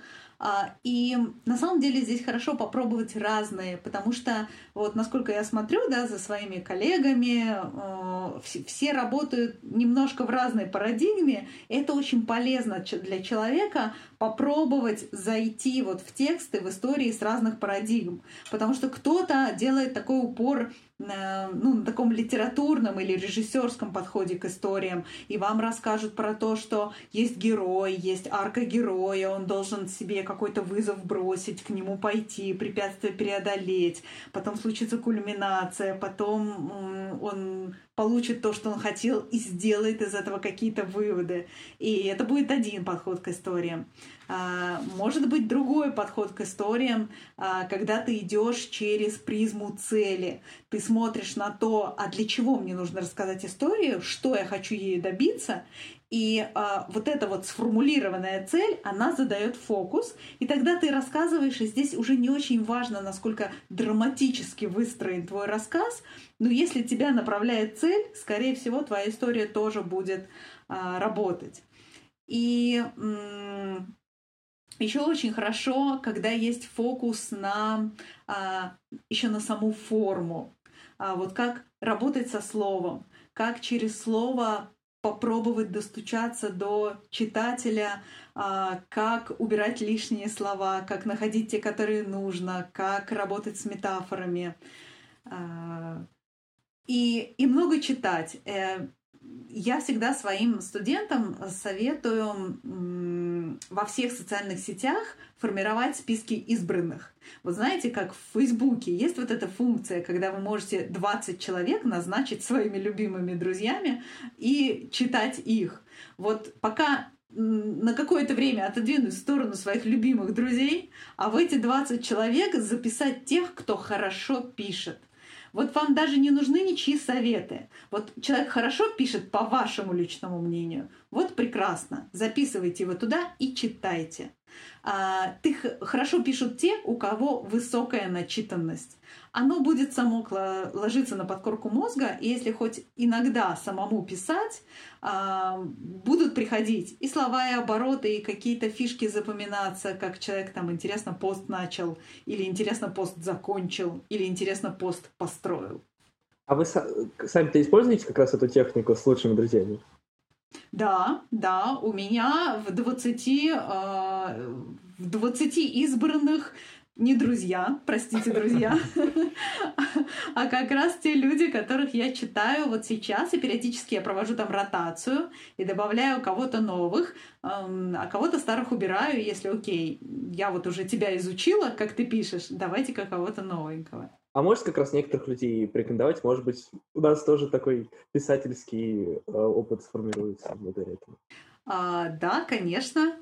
И на самом деле здесь хорошо попробовать разные, потому что, вот насколько я смотрю, да, за своими коллегами, все, все работают немножко в разной парадигме. Это очень полезно для человека попробовать зайти вот в тексты, в истории с разных парадигм, потому что кто-то делает такой упор, ну, на таком литературном или режиссерском подходе к историям, и вам расскажут про то, что есть герой, есть арка героя, он должен себе какой-то вызов бросить, к нему пойти, препятствия преодолеть, потом случится кульминация, потом он получит то, что он хотел, и сделает из этого какие-то выводы. И это будет один подход к историям. Может быть, другой подход к историям, когда ты идешь через призму цели. Ты смотришь на то, а для чего мне нужно рассказать историю, что я хочу ею добиться, и а, вот эта вот сформулированная цель, она задает фокус, и тогда ты рассказываешь, и здесь уже не очень важно, насколько драматически выстроен твой рассказ, но если тебя направляет цель, скорее всего, твоя история тоже будет а, работать. И м- еще очень хорошо, когда есть фокус на, а, еще на саму форму, а, вот как работать со словом, как через слово попробовать достучаться до читателя, как убирать лишние слова, как находить те, которые нужно, как работать с метафорами. И, и много читать. Я всегда своим студентам советую во всех социальных сетях формировать списки избранных. Вот знаете, как в Фейсбуке есть вот эта функция, когда вы можете двадцать человек назначить своими любимыми друзьями и читать их. Вот пока на какое-то время отодвинуть в сторону своих любимых друзей, а в эти двадцать человек записать тех, кто хорошо пишет. Вот вам даже не нужны ничьи советы. Вот человек хорошо пишет по вашему личному мнению. Вот прекрасно. Записывайте его туда и читайте. А, ты, хорошо пишут те, у кого высокая начитанность. Оно будет само ложиться на подкорку мозга, и если хоть иногда самому писать, а, будут приходить и слова, и обороты, и какие-то фишки запоминаться, как человек там интересно пост начал, или интересно пост закончил, или интересно пост построил. А вы сами-то используете как раз эту технику с лучшими друзьями? Да, да, у меня в двадцати, э, в двадцати избранных не друзья, простите, друзья, а как раз те люди, которых я читаю вот сейчас, и периодически я провожу там ротацию и добавляю кого-то новых, а кого-то старых убираю, если окей, я вот уже тебя изучила, как ты пишешь, давайте-ка кого-то новенького. А можешь как раз некоторых людей порекомендовать? Может быть, у нас тоже такой писательский э, опыт сформируется благодаря этому. А, да, конечно.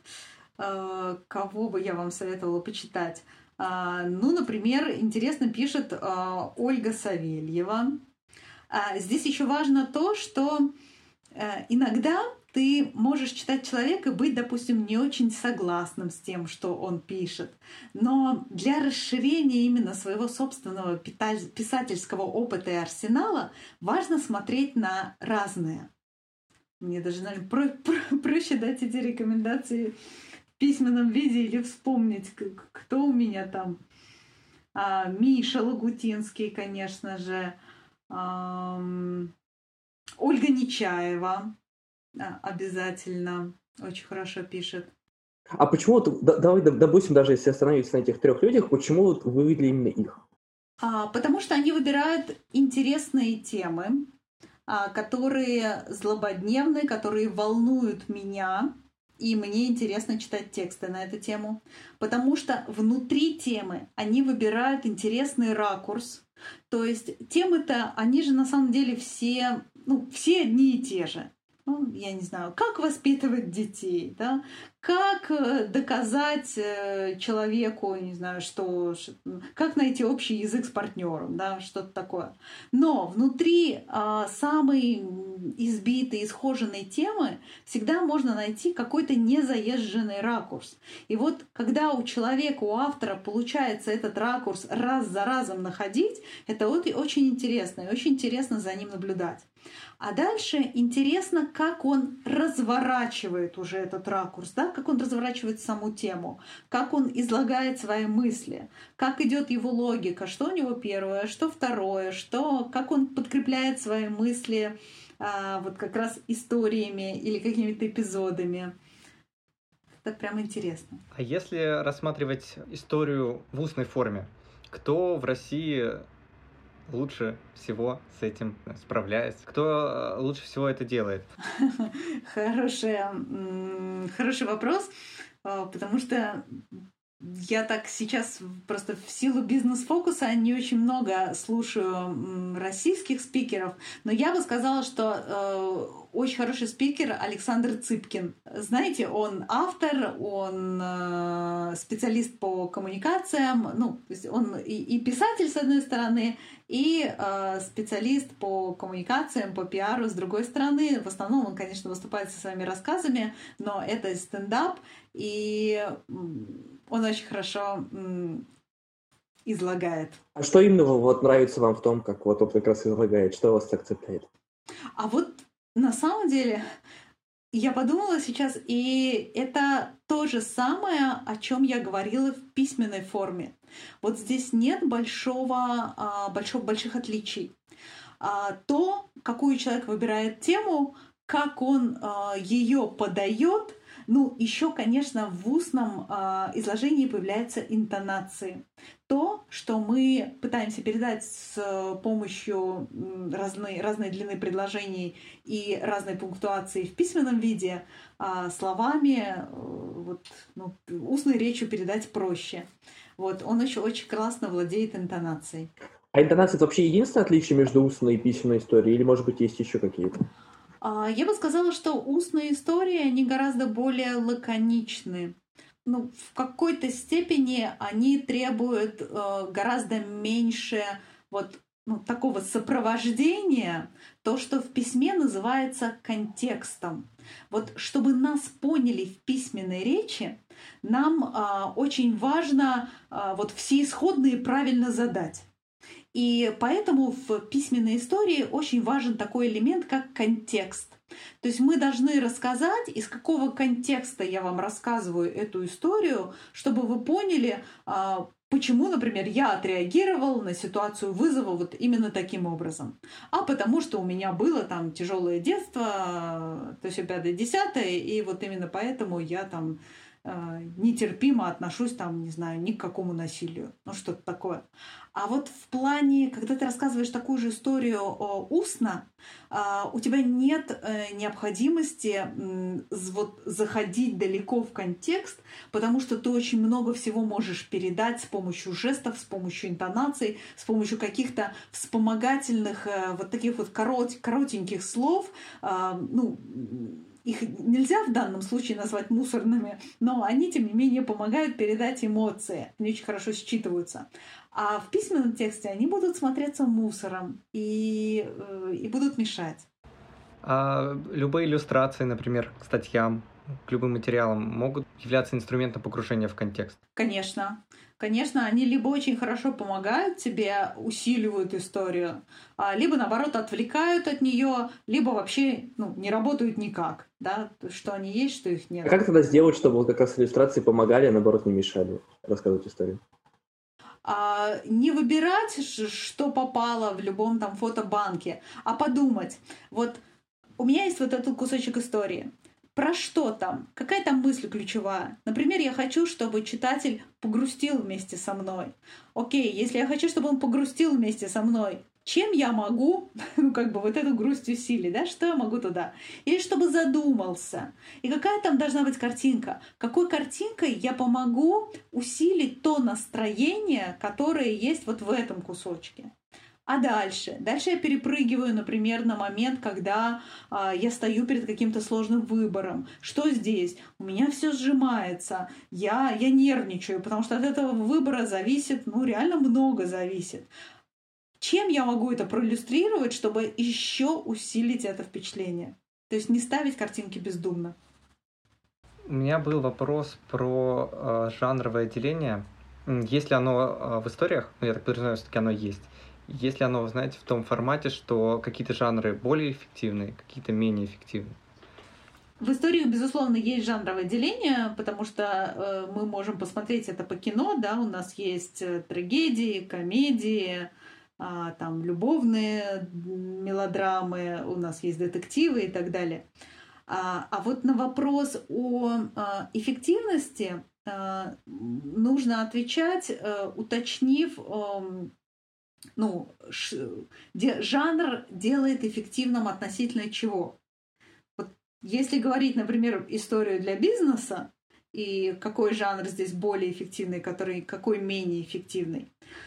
А, кого бы я вам советовала почитать? А, ну, например, интересно пишет а, Ольга Савельева. А, здесь еще важно то, что а, иногда ты можешь читать человека и быть, допустим, не очень согласным с тем, что он пишет. Но для расширения именно своего собственного писательского опыта и арсенала важно смотреть на разное. Мне даже, наверное, про- про- проще дать эти рекомендации в письменном виде или вспомнить, кто у меня там. А, Миша Лагутинский, конечно же. А, Ольга Нечаева. Обязательно. Очень хорошо пишет. А почему, давай, допустим, даже если остановиться на этих трех людях, почему вы выбрали именно их? А, потому что они выбирают интересные темы, а, которые злободневны, которые волнуют меня, и мне интересно читать тексты на эту тему. Потому что внутри темы они выбирают интересный ракурс. То есть темы-то, они же на самом деле все, ну, все одни и те же. Ну, я не знаю, как воспитывать детей, да? Как доказать человеку, не знаю, что, как найти общий язык с партнером, да, что-то такое. Но внутри а, самой избитой, исхоженной темы всегда можно найти какой-то незаезженный ракурс. И вот когда у человека, у автора получается этот ракурс раз за разом находить, это вот очень интересно, и очень интересно за ним наблюдать. А дальше интересно, как он разворачивает уже этот ракурс, да? Как он разворачивает саму тему, как он излагает свои мысли, как идет его логика, что у него первое, что второе, что, как он подкрепляет свои мысли а, вот как раз историями или какими-то эпизодами. Это прям интересно. А если рассматривать историю в устной форме, кто в России лучше всего с этим справляется? Кто лучше всего это делает? Хороший, хороший вопрос, потому что я так сейчас просто в силу бизнес-фокуса не очень много слушаю российских спикеров, но я бы сказала, что э, очень хороший спикер Александр Цыпкин. Знаете, он автор, он э, специалист по коммуникациям, ну, то есть он и, и писатель с одной стороны, и э, специалист по коммуникациям, по пиару с другой стороны. В основном он, конечно, выступает со своими рассказами, но это стендап, и он очень хорошо м, излагает. А что именно вот нравится вам в том, как вот он как раз излагает? Что вас так цепляет? А вот на самом деле я подумала сейчас, и это то же самое, о чем я говорила в письменной форме. Вот здесь нет большого, большого, больших отличий. То, какую человек выбирает тему, как он ее подает, ну, еще, конечно, в устном изложении появляются интонации. То, что мы пытаемся передать с помощью разной, разной длины предложений и разной пунктуации в письменном виде, словами, вот, ну, устной речью передать проще. Вот, он еще очень классно владеет интонацией. А интонация — это вообще единственное отличие между устной и письменной историей? Или, может быть, есть еще какие-то? Я бы сказала, что устные истории, они гораздо более лаконичны. Ну, в какой-то степени они требуют э, гораздо меньше вот, ну, такого сопровождения, то, что в письме называется контекстом. Вот чтобы нас поняли в письменной речи, нам э, очень важно э, вот все исходные правильно задать. И поэтому в письменной истории очень важен такой элемент, как контекст. То есть мы должны рассказать, из какого контекста я вам рассказываю эту историю, чтобы вы поняли, почему, например, я отреагировал на ситуацию вызова вот именно таким образом. А потому что у меня было там тяжелое детство, то есть пятое, десятое, и вот именно поэтому я там нетерпимо отношусь там, не знаю, ни к какому насилию. Ну, что-то такое. А вот в плане, когда ты рассказываешь такую же историю устно, у тебя нет необходимости вот заходить далеко в контекст, потому что ты очень много всего можешь передать с помощью жестов, с помощью интонаций, с помощью каких-то вспомогательных вот таких вот корот, коротеньких слов, ну, их нельзя в данном случае назвать мусорными, но они, тем не менее, помогают передать эмоции. Они очень хорошо считываются. А в письменном тексте они будут смотреться мусором и, и будут мешать. А любые иллюстрации, например, к статьям, к любым материалам могут являться инструментом погружения в контекст? Конечно. Конечно, они либо очень хорошо помогают тебе, усиливают историю, либо, наоборот, отвлекают от нее, либо вообще ну, не работают никак. Да? Что они есть, что их нет. А как тогда сделать, чтобы вот как раз иллюстрации помогали, а наоборот не мешали рассказывать историю? А, не выбирать, что попало в любом там фотобанке, а подумать. Вот у меня есть вот этот кусочек истории. Про что там? Какая там мысль ключевая? Например, я хочу, чтобы читатель погрустил вместе со мной. Окей, если я хочу, чтобы он погрустил вместе со мной, чем я могу, ну, как бы вот эту грусть усилить, да? Что я могу туда? Или чтобы задумался. И какая там должна быть картинка? Какой картинкой я помогу усилить то настроение, которое есть вот в этом кусочке? А дальше? Дальше я перепрыгиваю, например, на момент, когда а, я стою перед каким-то сложным выбором. Что здесь? У меня все сжимается, я, я нервничаю, потому что от этого выбора зависит, ну, реально много зависит. Чем я могу это проиллюстрировать, чтобы еще усилить это впечатление? То есть не ставить картинки бездумно. У меня был вопрос про э, жанровое деление. Есть ли оно э, в историях? Ну, я так подразумеваю, все-таки оно есть. Если оно, знаете, в том формате, что какие-то жанры более эффективны, какие-то менее эффективны? В историях, безусловно, есть жанровое деление, потому что э, мы можем посмотреть это по кино, да, у нас есть трагедии, комедии, э, там, любовные мелодрамы, у нас есть детективы и так далее. А, а вот на вопрос о э, эффективности э, нужно отвечать, э, уточнив... Э, Ну, ш, де, жанр делает эффективным относительно чего? Вот если говорить, например, историю для бизнеса, и какой жанр здесь более эффективный, который, какой менее эффективный,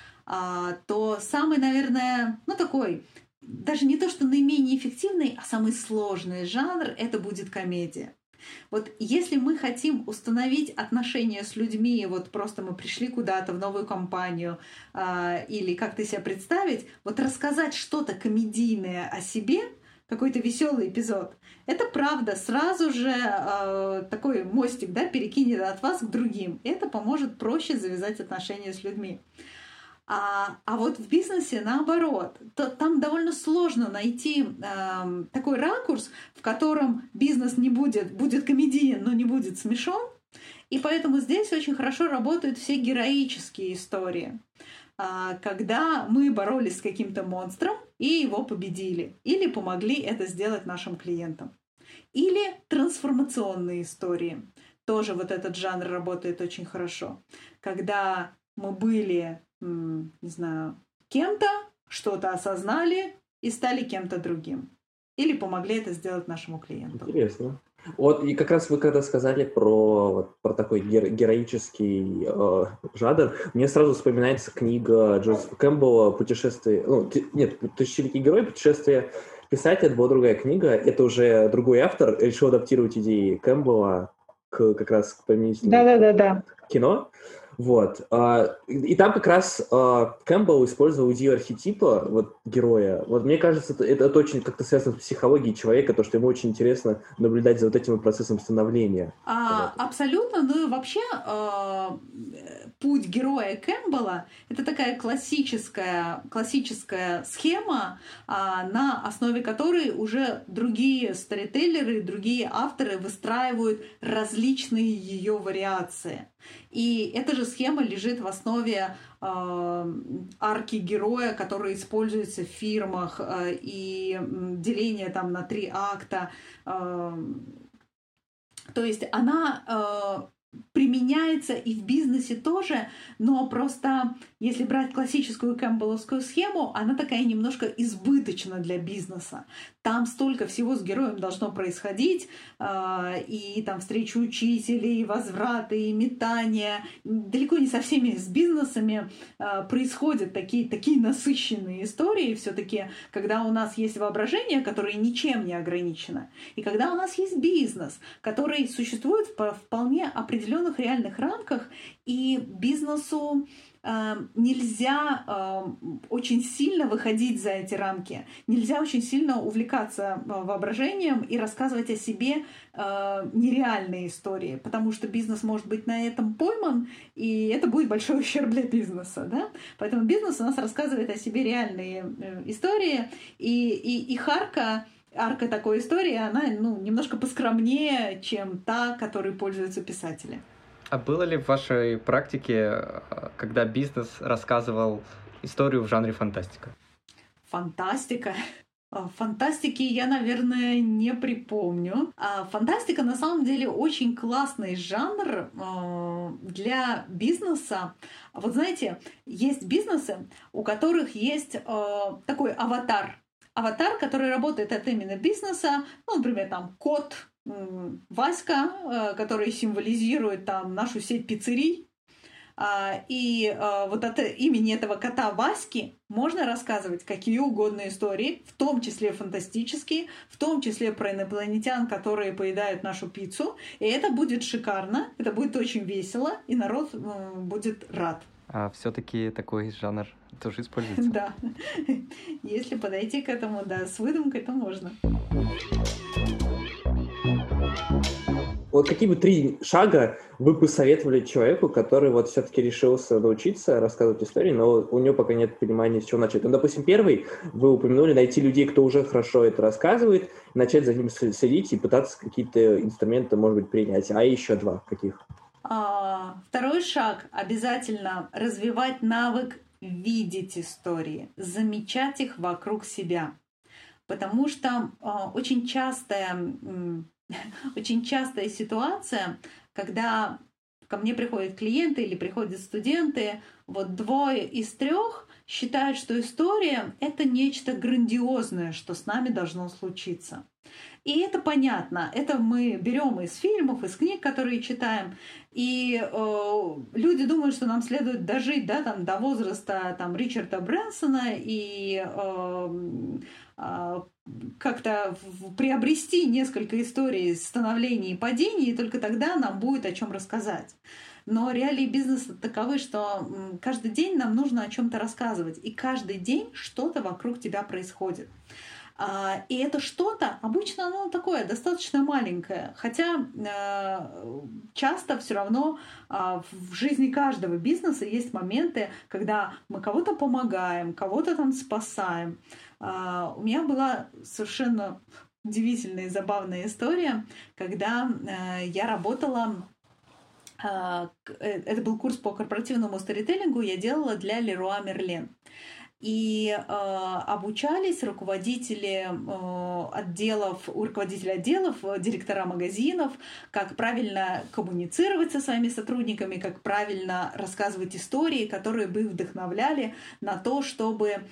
а, то самый, наверное, ну такой, даже не то, что наименее эффективный, а самый сложный жанр — это будет комедия. Вот если мы хотим установить отношения с людьми, вот просто мы пришли куда-то в новую компанию, э, или как-то себя представить, вот рассказать что-то комедийное о себе, какой-то веселый эпизод, это правда сразу же э, такой мостик, да, перекинет от вас к другим. Это поможет проще завязать отношения с людьми. А, а вот в бизнесе наоборот, то, там довольно сложно найти э, такой ракурс, в котором бизнес не будет, будет комедиен, но не будет смешон. И поэтому здесь очень хорошо работают все героические истории, э, когда мы боролись с каким-то монстром и его победили, или помогли это сделать нашим клиентам. Или трансформационные истории. Тоже вот этот жанр работает очень хорошо. Когда мы были... не знаю, кем-то, что-то осознали и стали кем-то другим. Или помогли это сделать нашему клиенту. Интересно. Вот, и как раз вы когда сказали про, вот, про такой геро- героический э, жанр, мне сразу вспоминается книга Джозефа Кэмпбелла «Путешествие...» Ну, нет, «Тысячеликий герой. Путешествие писателя». Это была другая книга. Это уже другой автор решил адаптировать идеи Кэмпбелла к, как раз к применительному Да-да-да-да. кино. Вот. И там как раз Кэмпбелл использовал идею архетипа вот, героя. Вот мне кажется, это, это очень как-то связано с психологией человека, то, что ему очень интересно наблюдать за вот этим процессом становления. А, абсолютно. Ну и вообще э, путь героя Кэмпбелла — это такая классическая, классическая схема, э, на основе которой уже другие сторителлеры, другие авторы выстраивают различные ее вариации. И эта же схема лежит в основе э, арки героя, которая используется в фильмах, э, и деление там на три акта. Э, то есть она э, применяется и в бизнесе тоже, но просто если брать классическую кэмпбелловскую схему, она такая немножко избыточна для бизнеса. Там столько всего с героем должно происходить, и там встречи учителей, возвраты, и метания. Далеко не со всеми с бизнесами происходят такие, такие насыщенные истории все-таки, когда у нас есть воображение, которое ничем не ограничено, и когда у нас есть бизнес, который существует в вполне определенных реальных рамках, и бизнесу нельзя э, очень сильно выходить за эти рамки, нельзя очень сильно увлекаться воображением и рассказывать о себе э, нереальные истории, потому что бизнес может быть на этом пойман, и это будет большой ущерб для бизнеса. Да? Поэтому бизнес у нас рассказывает о себе реальные э, истории, и, и, и Харка, арка такой истории, она ну, немножко поскромнее, чем та, которой пользуются писатели. А было ли в вашей практике, когда бизнес рассказывал историю в жанре фантастика? Фантастика? Фантастики я, наверное, не припомню. А фантастика, на самом деле, очень классный жанр для бизнеса. Вот знаете, есть бизнесы, у которых есть такой аватар. Аватар, который работает от имени бизнеса, ну, например, там кот, Васька, который символизирует там нашу сеть пиццерий. И вот от имени этого кота Васьки можно рассказывать какие угодно истории, в том числе фантастические, в том числе про инопланетян, которые поедают нашу пиццу. И это будет шикарно, это будет очень весело, и народ будет рад. А все-таки такой жанр тоже используется? Да. Если подойти к этому, да, с выдумкой, то можно. Вот какие бы три шага вы посоветовали человеку, который вот все-таки решился научиться рассказывать истории, но у него пока нет понимания, с чего начать? Ну, допустим, первый, вы упомянули найти людей, кто уже хорошо это рассказывает, начать за ним следить и пытаться какие-то инструменты, может быть, принять. А еще два каких? А, второй шаг — обязательно развивать навык видеть истории, замечать их вокруг себя. Потому что а, очень частая... Очень частая ситуация, когда ко мне приходят клиенты или приходят студенты, вот двое из трех считают, что история — это нечто грандиозное, что с нами должно случиться. И это понятно. Это мы берем из фильмов, из книг, которые читаем. И э, люди думают, что нам следует дожить да, там, до возраста там, Ричарда Брэнсона и э, э, как-то приобрести несколько историй становления и падений, и только тогда нам будет о чем рассказать. Но реалии бизнеса таковы, что каждый день нам нужно о чем-то рассказывать, и каждый день что-то вокруг тебя происходит. И это что-то, обычно оно такое, достаточно маленькое, хотя часто все равно в жизни каждого бизнеса есть моменты, когда мы кого-то помогаем, кого-то там спасаем. У меня была совершенно удивительная и забавная история, когда я работала, это был курс по корпоративному сторителлингу, я делала для Leroy Merlin. И э, обучались руководители э, отделов, руководители отделов, директора магазинов, как правильно коммуницировать со своими сотрудниками, как правильно рассказывать истории, которые бы их вдохновляли на то, чтобы, э,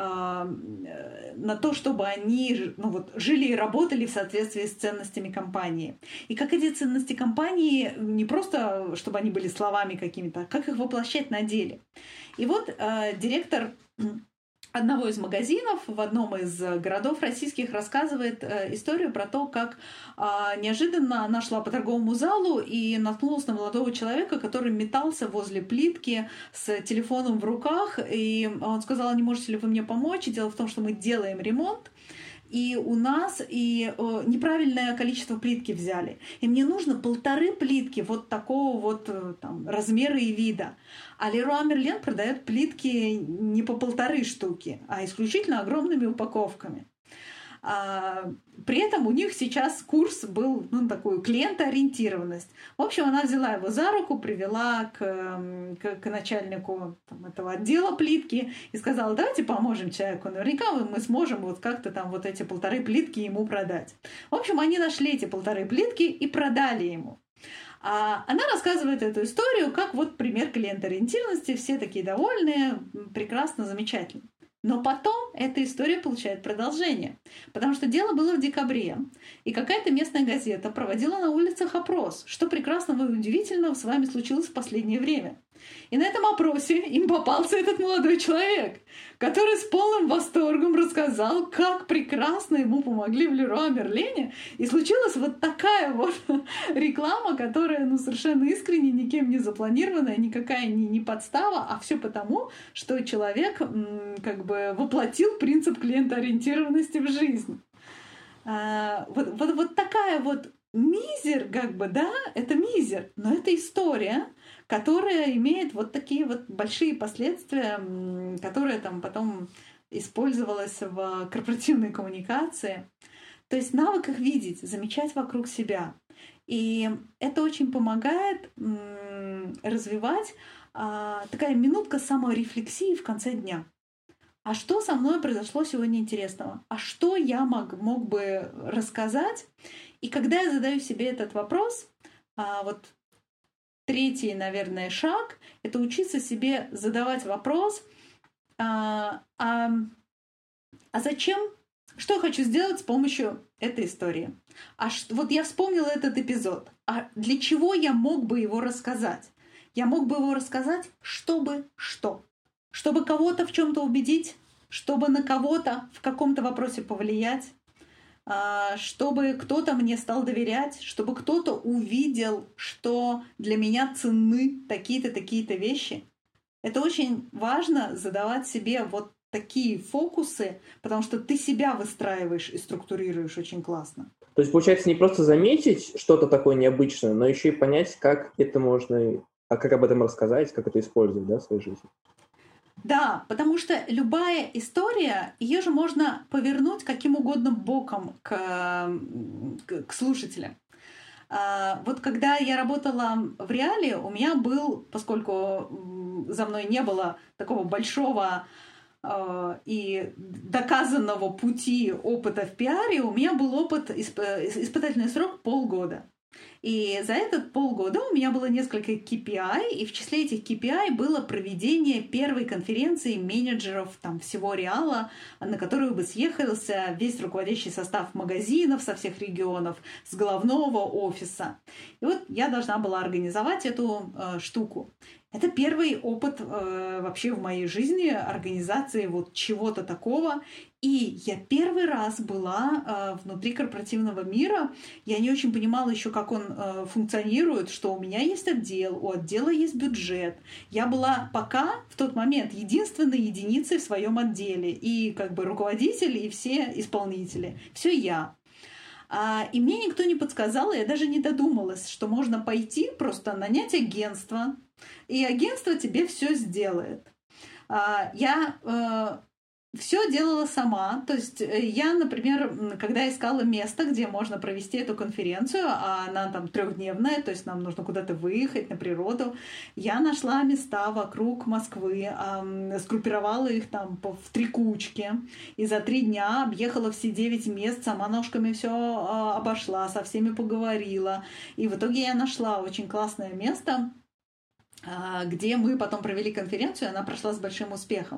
на то, чтобы они ну, вот, жили и работали в соответствии с ценностями компании. И как эти ценности компании не просто, чтобы они были словами какими-то, а как их воплощать на деле. И вот э, директор одного из магазинов в одном из городов российских рассказывает э, историю про то, как э, неожиданно она шла по торговому залу и наткнулась на молодого человека, который метался возле плитки с телефоном в руках. И он сказал: не можете ли вы мне помочь? И дело в том, что мы делаем ремонт. И у нас и э, неправильное количество плитки взяли. И мне нужно полторы плитки вот такого вот э, там, размера и вида. А Leroy Merlin продает плитки не по полторы штуки, а исключительно огромными упаковками. А, при этом у них сейчас курс был, ну, такую клиентоориентированность. В общем, она взяла его за руку, привела к, к, к начальнику там, этого отдела плитки и сказала, давайте поможем человеку. Наверняка мы сможем вот как-то там вот эти полторы плитки ему продать. В общем, они нашли эти полторы плитки и продали ему. А она рассказывает эту историю как вот пример клиентоориентированности. Все такие довольные, прекрасно, замечательно. Но потом эта история получает продолжение, потому что дело было в декабре, и какая-то местная газета проводила на улицах опрос, что прекрасного и удивительного с вами случилось в последнее время. И на этом опросе им попался этот молодой человек, который с полным восторгом рассказал, как прекрасно ему помогли в Леруа Мерлене. И случилась вот такая вот реклама, которая ну, совершенно искренне, никем не запланированная, никакая не, не подстава, а все потому, что человек м, как бы воплотил принцип клиентоориентированности в жизнь. А, вот, вот, вот такая вот мизер, как бы, да, это мизер, но это история, которая имеет вот такие вот большие последствия, которые там потом использовалась в корпоративной коммуникации. То есть навык их видеть, замечать вокруг себя. И это очень помогает развивать а, такая минутка саморефлексии в конце дня. А что со мной произошло сегодня интересного? А что я мог, мог бы рассказать? И когда я задаю себе этот вопрос, а, вот третий, наверное, шаг — это учиться себе задавать вопрос, а, а, а зачем, что я хочу сделать с помощью этой истории? А что, вот я вспомнила этот эпизод. А для чего я мог бы его рассказать? Я мог бы его рассказать, чтобы что? Чтобы кого-то в чем-то убедить, чтобы на кого-то в каком-то вопросе повлиять, чтобы кто-то мне стал доверять, чтобы кто-то увидел, что для меня ценны такие-то, такие-то вещи. Это очень важно задавать себе вот такие фокусы, потому что ты себя выстраиваешь и структурируешь очень классно. То есть, получается, не просто заметить что-то такое необычное, но еще и понять, как это можно, а как об этом рассказать, как это использовать, да, в своей жизни. Да, потому что любая история, ее же можно повернуть каким угодно боком к, к, к слушателям. А, вот когда я работала в Реале, у меня был, поскольку за мной не было такого большого э, и доказанного пути опыта в пиаре, у меня был опыт, исп, испытательный срок полгода. И за этот полгода у меня было несколько кей пи ай, и в числе этих кей пи ай было проведение первой конференции менеджеров там, всего Реала, на которую бы съехался весь руководящий состав магазинов со всех регионов, с головного офиса. И вот я должна была организовать эту э, штуку. Это первый опыт э, вообще в моей жизни организации вот чего-то такого. И я первый раз была э, внутри корпоративного мира. Я не очень понимала еще, как он э, функционирует, что у меня есть отдел, у отдела есть бюджет. Я была пока в тот момент единственной единицей в своем отделе. И как бы руководитель, и все исполнители. Все я. А, и мне никто не подсказал, я даже не додумалась, что можно пойти просто нанять агентство, и агентство тебе все сделает. А, я э, все делала сама. То есть я, например, когда искала место, где можно провести эту конференцию, а она там трехдневная, то есть нам нужно куда-то выехать на природу, я нашла места вокруг Москвы, э, сгруппировала их там в три кучки, и за три дня объехала все девять мест, сама ножками все э, обошла, со всеми поговорила. И в итоге я нашла очень классное место, э, где мы потом провели конференцию, и она прошла с большим успехом.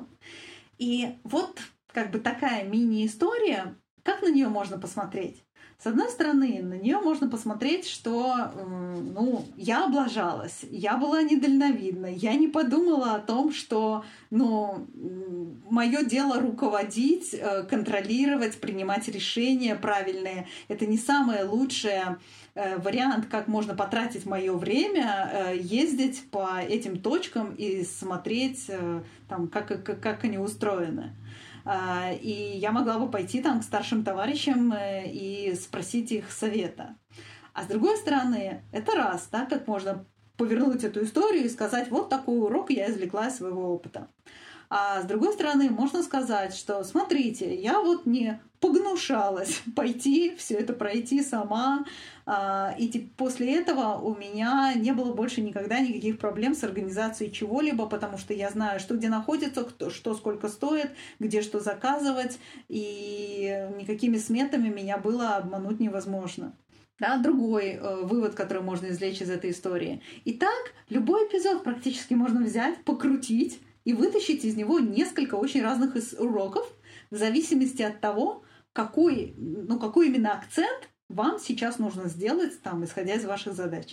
И вот как бы такая мини-история, как на нее можно посмотреть? С одной стороны, на нее можно посмотреть, что ну, я облажалась, я была недальновидна, я не подумала о том, что ну, мое дело руководить, контролировать, принимать решения правильные. Это не самое лучшее вариант, как можно потратить мое время, ездить по этим точкам и смотреть, там, как, как, как они устроены. И я могла бы пойти там к старшим товарищам и спросить их совета. А с другой стороны, это раз, да, как можно повернуть эту историю и сказать, вот такой урок я извлекла из своего опыта. А с другой стороны, можно сказать, что смотрите, я вот не погнушалась пойти, все это пройти сама, и типа, после этого у меня не было больше никогда никаких проблем с организацией чего-либо, потому что я знаю, что где находится, кто, что сколько стоит, где что заказывать, и никакими сметами меня было обмануть невозможно. Да, другой э, вывод, который можно извлечь из этой истории. Итак, любой эпизод практически можно взять, покрутить и вытащить из него несколько очень разных уроков в зависимости от того, какой, ну, какой именно акцент вам сейчас нужно сделать, там, исходя из ваших задач.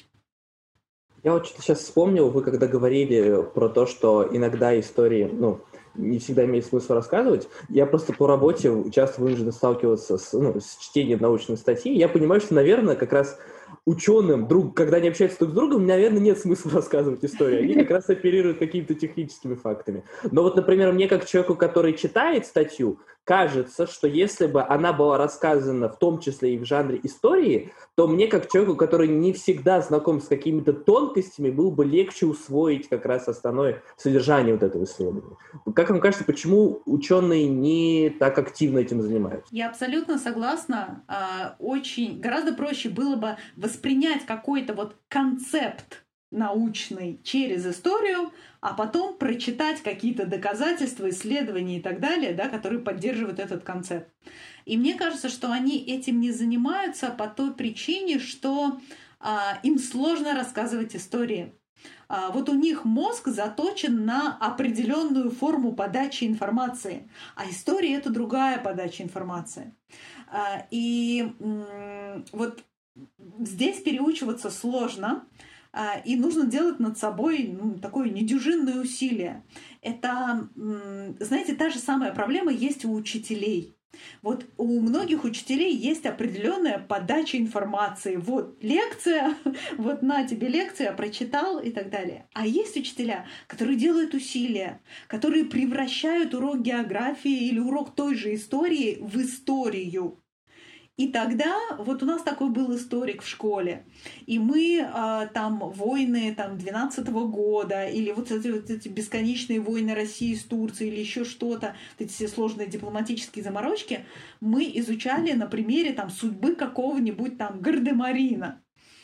Я вот что-то сейчас вспомнил, вы когда говорили про то, что иногда истории, ну, не всегда имеет смысл рассказывать. Я просто по работе часто вынужден сталкиваться с, ну, с чтением научной статьи. Я понимаю, что, наверное, как раз ученым, друг, когда они общаются друг с другом, наверное, нет смысла рассказывать историю. Они как раз оперируют какими-то техническими фактами. Но вот, например, мне как человеку, который читает статью, кажется, что если бы она была рассказана в том числе и в жанре истории, то мне как человеку, который не всегда знаком с какими-то тонкостями, было бы легче усвоить как раз основное содержание вот этого исследования. Как вам кажется, почему ученые не так активно этим занимаются? Я абсолютно согласна. Очень гораздо проще было бы воспринять какой-то вот концепт научный через историю, а потом прочитать какие-то доказательства, исследования и так далее, да, которые поддерживают этот концепт. И мне кажется, что они этим не занимаются по той причине, что а, им сложно рассказывать истории. А, вот у них мозг заточен на определенную форму подачи информации, а история — это другая подача информации. А, и м- вот здесь переучиваться сложно. И нужно делать над собой, ну, такое недюжинное усилие. Это, знаете, та же самая проблема есть у учителей. Вот у многих учителей есть определенная подача информации. Вот лекция, вот на тебе лекция, прочитал и так далее. А есть учителя, которые делают усилия, которые превращают урок географии или урок той же истории в историю. И тогда вот у нас такой был историк в школе, и мы а, там войны там двенадцатого года, или вот эти, вот эти бесконечные войны России с Турцией, или еще что-то, вот эти все сложные дипломатические заморочки, мы изучали на примере там судьбы какого-нибудь там Гардемарина.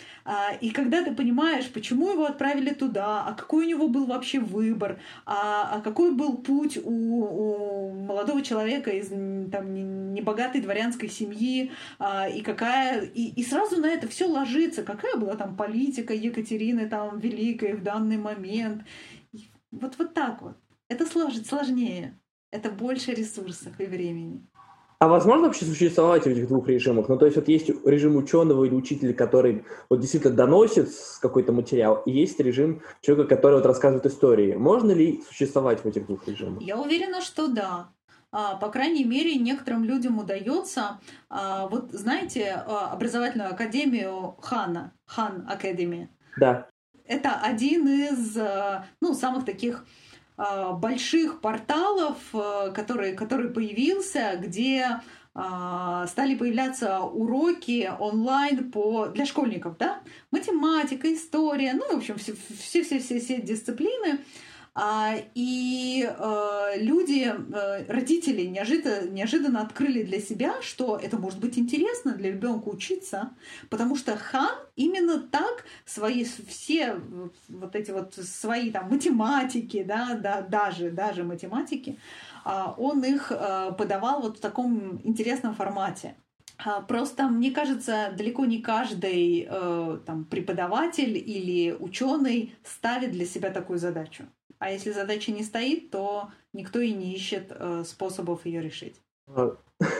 И когда ты понимаешь, почему его отправили туда, а какой у него был вообще выбор, а, а какой был путь у, у молодого человека из там, небогатой дворянской семьи, а, и какая и, и сразу на это все ложится, какая была там политика Екатерины там Великой в данный момент. Вот, вот так вот. Это сложнее. Это больше ресурсов и времени. А возможно вообще существовать в этих двух режимах? Ну, то есть вот есть режим ученого или учителя, который вот действительно доносит какой-то материал, и есть режим человека, который вот рассказывает истории. Можно ли существовать в этих двух режимах? Я уверена, что да. По крайней мере, некоторым людям удается. Вот знаете, образовательную академию Хана, Хан Academy? Да. Это один из, ну, самых таких больших порталов, который, который появился, где а, стали появляться уроки онлайн по, для школьников, да? Математика, история, ну, в общем, все-все-все дисциплины. А, и а, люди, а, родители неожиданно, неожиданно открыли для себя, что это может быть интересно для ребенка учиться, потому что Хан именно так свои все вот эти вот свои там математики, да, да, даже, даже математики, а, он их а, подавал вот в таком интересном формате. Просто, мне кажется, далеко не каждый э, там, преподаватель или ученый ставит для себя такую задачу. А если задача не стоит, то никто и не ищет э, способов ее решить. На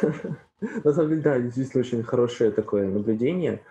самом деле, да, действительно очень хорошее такое наблюдение.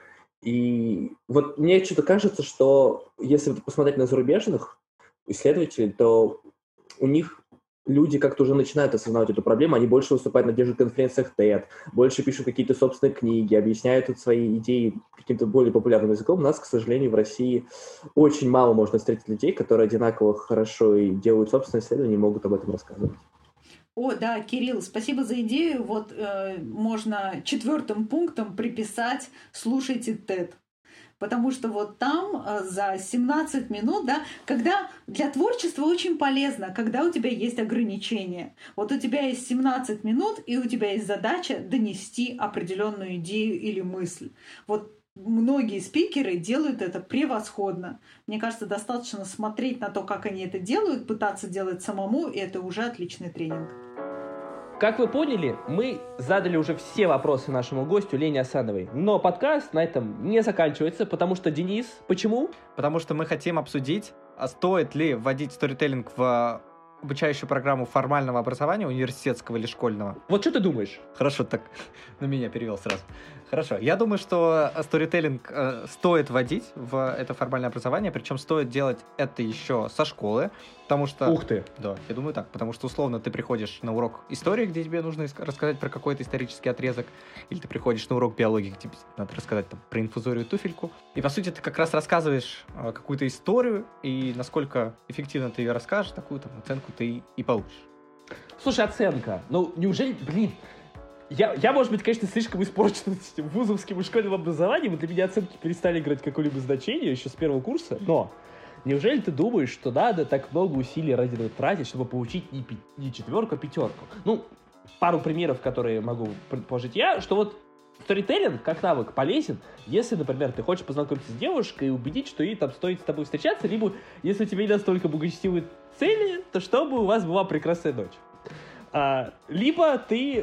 И вот мне что-то кажется, что если посмотреть на зарубежных исследователей, то у них люди как-то уже начинают осознавать эту проблему, они больше выступают на тех же конференциях тед, больше пишут какие-то собственные книги, объясняют тут свои идеи каким-то более популярным языком. У нас, к сожалению, в России очень мало можно встретить людей, которые одинаково хорошо и делают собственные исследования и могут об этом рассказывать. О, да, Кирилл, спасибо за идею. Вот э, можно четвертым пунктом приписать «слушайте тед». Потому что вот там за семнадцать минут, да, когда для творчества очень полезно, когда у тебя есть ограничения. Вот у тебя есть семнадцать минут, и у тебя есть задача донести определенную идею или мысль. Вот многие спикеры делают это превосходно. Мне кажется, достаточно смотреть на то, как они это делают, пытаться делать самому, и это уже отличный тренинг. Как вы поняли, мы задали уже все вопросы нашему гостю Лене Асановой. Но подкаст на этом не заканчивается, потому что, Денис, почему? Потому что мы хотим обсудить, а стоит ли вводить сторителлинг в обучающую программу формального образования, университетского или школьного. Вот что ты думаешь? Хорошо, так на меня перевел сразу. Хорошо, я думаю, что сторителлинг э, стоит вводить в это формальное образование, причем стоит делать это еще со школы, потому что... Ух ты! Да, я думаю так, потому что условно ты приходишь на урок истории, где тебе нужно рассказать про какой-то исторический отрезок, или ты приходишь на урок биологии, где тебе надо рассказать там, про инфузорию туфельку, и по сути ты как раз рассказываешь э, какую-то историю, и насколько эффективно ты ее расскажешь, такую там оценку ты и, и получишь. Слушай, оценка. Ну, неужели, блин, Я, я, может быть, конечно, слишком испорчен этим вузовским и школьным образованием, и для меня оценки перестали играть какое-либо значение еще с первого курса, но неужели ты думаешь, что надо так много усилий ради этого тратить, чтобы получить не, пи- не четверку, а пятерку? Ну, пару примеров, которые могу предположить я, что вот сторителлинг как навык полезен, если, например, ты хочешь познакомиться с девушкой и убедить, что ей там стоит с тобой встречаться, либо, если у тебя не настолько благочестивые цели, то чтобы у вас была прекрасная ночь. А, либо ты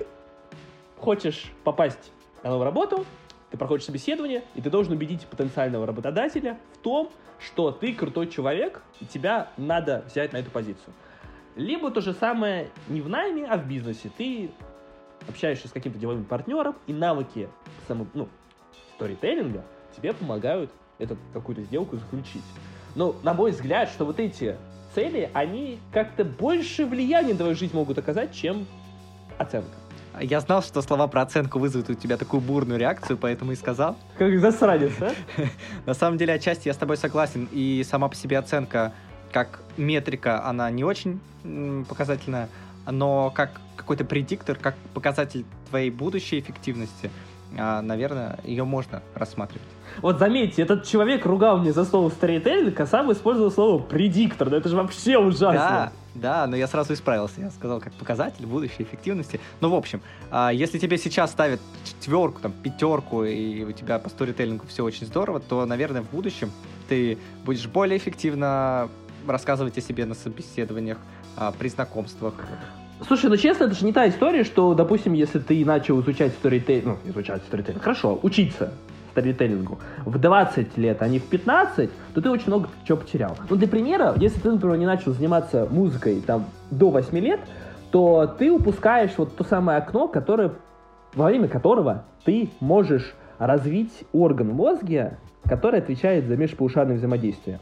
хочешь попасть на новую работу, ты проходишь собеседование, и ты должен убедить потенциального работодателя в том, что ты крутой человек, и тебя надо взять на эту позицию. Либо то же самое не в найме, а в бизнесе. Ты общаешься с каким-то деловым партнером, и навыки само, ну, сторителлинга тебе помогают эту какую-то сделку заключить. Но, на мой взгляд, что вот эти цели, они как-то больше влияния на твою жизнь могут оказать, чем оценка. Я знал, что слова про оценку вызовут у тебя такую бурную реакцию, поэтому и сказал. Как засранец, а? На самом деле, отчасти я с тобой согласен, и сама по себе оценка, как метрика, она не очень м, показательная, но как какой-то предиктор, как показатель твоей будущей эффективности, а, наверное, ее можно рассматривать. Вот заметьте, этот человек ругал мне за слово сторителлинг, а сам использовал слово предиктор. Ну это же вообще ужасно. Да, да, но я сразу исправился. Я сказал, как показатель будущей эффективности. Ну, в общем, а, если тебе сейчас ставят четверку, там, пятерку, и у тебя по сторителлингу все очень здорово, то, наверное, в будущем ты будешь более эффективно рассказывать о себе на собеседованиях, а, при знакомствах. Слушай, ну честно, это же не та история, что, допустим, если ты начал изучать сторителлинг, ну, изучать сторителлинг, хорошо, учиться сторителлингу в двадцать лет, а не в пятнадцать, то ты очень много чего потерял. Ну, для примера, если ты, например, не начал заниматься музыкой там до восьми лет, то ты упускаешь вот то самое окно, которое, во время которого ты можешь развить орган в мозге, который отвечает за межполушарное взаимодействие.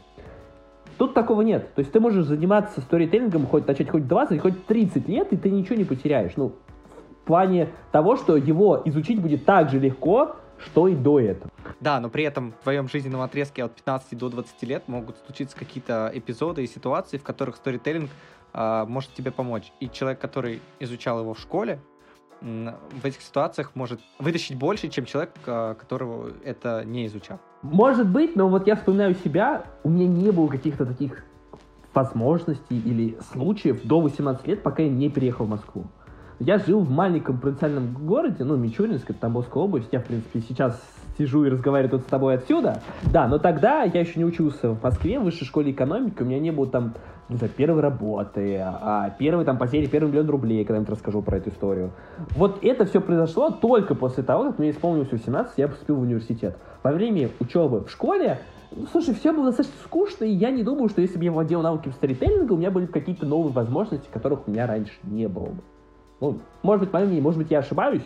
Тут такого нет. То есть ты можешь заниматься сторителлингом хоть начать хоть двадцать, хоть тридцать лет, и ты ничего не потеряешь. Ну, в плане того, что его изучить будет так же легко, что и до этого. Да, но при этом в твоем жизненном отрезке от пятнадцати до двадцати лет могут случиться какие-то эпизоды и ситуации, в которых сторителлинг э, может тебе помочь. И человек, который изучал его в школе, э, в этих ситуациях может вытащить больше, чем человек, э, которого это не изучал. Может быть, но вот я вспоминаю себя, у меня не было каких-то таких возможностей или случаев до восемнадцати лет, пока я не переехал в Москву. Я жил в маленьком провинциальном городе, ну, Мичуринск, это Тамбовская область. Я, в принципе, сейчас сижу и разговариваю тут с тобой отсюда. Да, но тогда я еще не учился в Москве, в высшей школе экономики. У меня не было там, не знаю, первой работы, а первой там потери первый миллион рублей, когда я им расскажу про эту историю. Вот это все произошло только после того, как мне исполнилось восемнадцать, я поступил в университет. Во время учебы в школе, ну, слушай, все было достаточно скучно, и я не думаю, что если бы я владел навыками сторителлинга, у меня были какие-то новые возможности, которых у меня раньше не было бы. Ну, может быть, мое мнение, может быть, я ошибаюсь,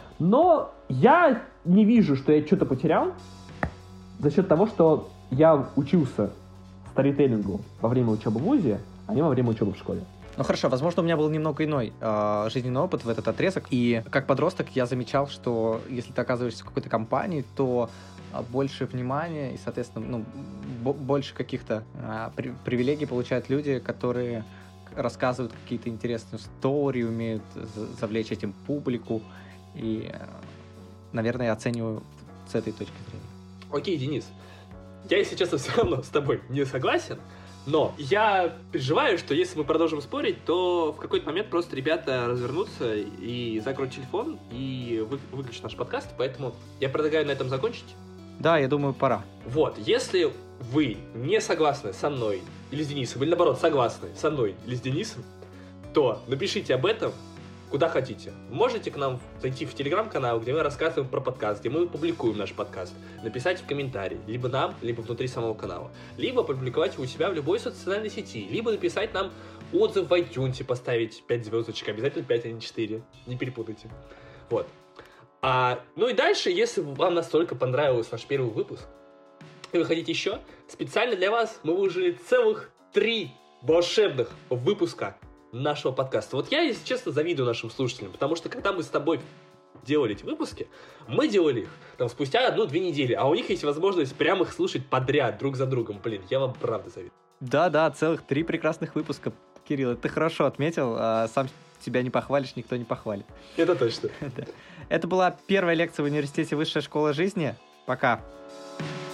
но я не вижу, что я что-то потерял за счет того, что я учился сторителлингу во время учебы в вузе, а не во время учебы в школе. Ну хорошо, возможно, у меня был немного иной э, жизненный опыт в этот отрезок, и как подросток я замечал, что если ты оказываешься в какой-то компании, то э, больше внимания и, соответственно, ну, б- больше каких-то э, при- привилегий получают люди, которые рассказывают какие-то интересные истории, умеют завлечь этим публику, и, наверное, я оцениваю с этой точки зрения. Окей, Денис, я, если честно, все равно с тобой не согласен, но я переживаю, что если мы продолжим спорить, то в какой-то момент просто ребята развернутся и закроют телефон и вы, выключат наш подкаст, поэтому я предлагаю на этом закончить. Да, я думаю, пора. Вот, если вы не согласны со мной или с Денисом, или наоборот, согласны со мной или с Денисом, то напишите об этом куда хотите. Можете к нам зайти в телеграм-канал, где мы рассказываем про подкаст, где мы публикуем наш подкаст, написать в комментарии, либо нам, либо внутри самого канала, либо публиковать его у себя в любой социальной сети, либо написать нам отзыв в iTunes, поставить пять звездочек, обязательно пять, а не четыре, не перепутайте. Вот. А, ну и дальше, если вам настолько понравился наш первый выпуск, и вы хотите еще, специально для вас мы выложили целых три волшебных выпуска нашего подкаста. Вот я, если честно, завидую нашим слушателям, потому что когда мы с тобой делали эти выпуски, мы делали их там спустя одну-две недели, а у них есть возможность прямо их слушать подряд, друг за другом. Блин, я вам правда завидую. Да-да, целых три прекрасных выпуска. Кирилл, ты хорошо отметил, а сам тебя не похвалишь, никто не похвалит. Это точно. Это была первая лекция в университете Высшая школа жизни. Пока.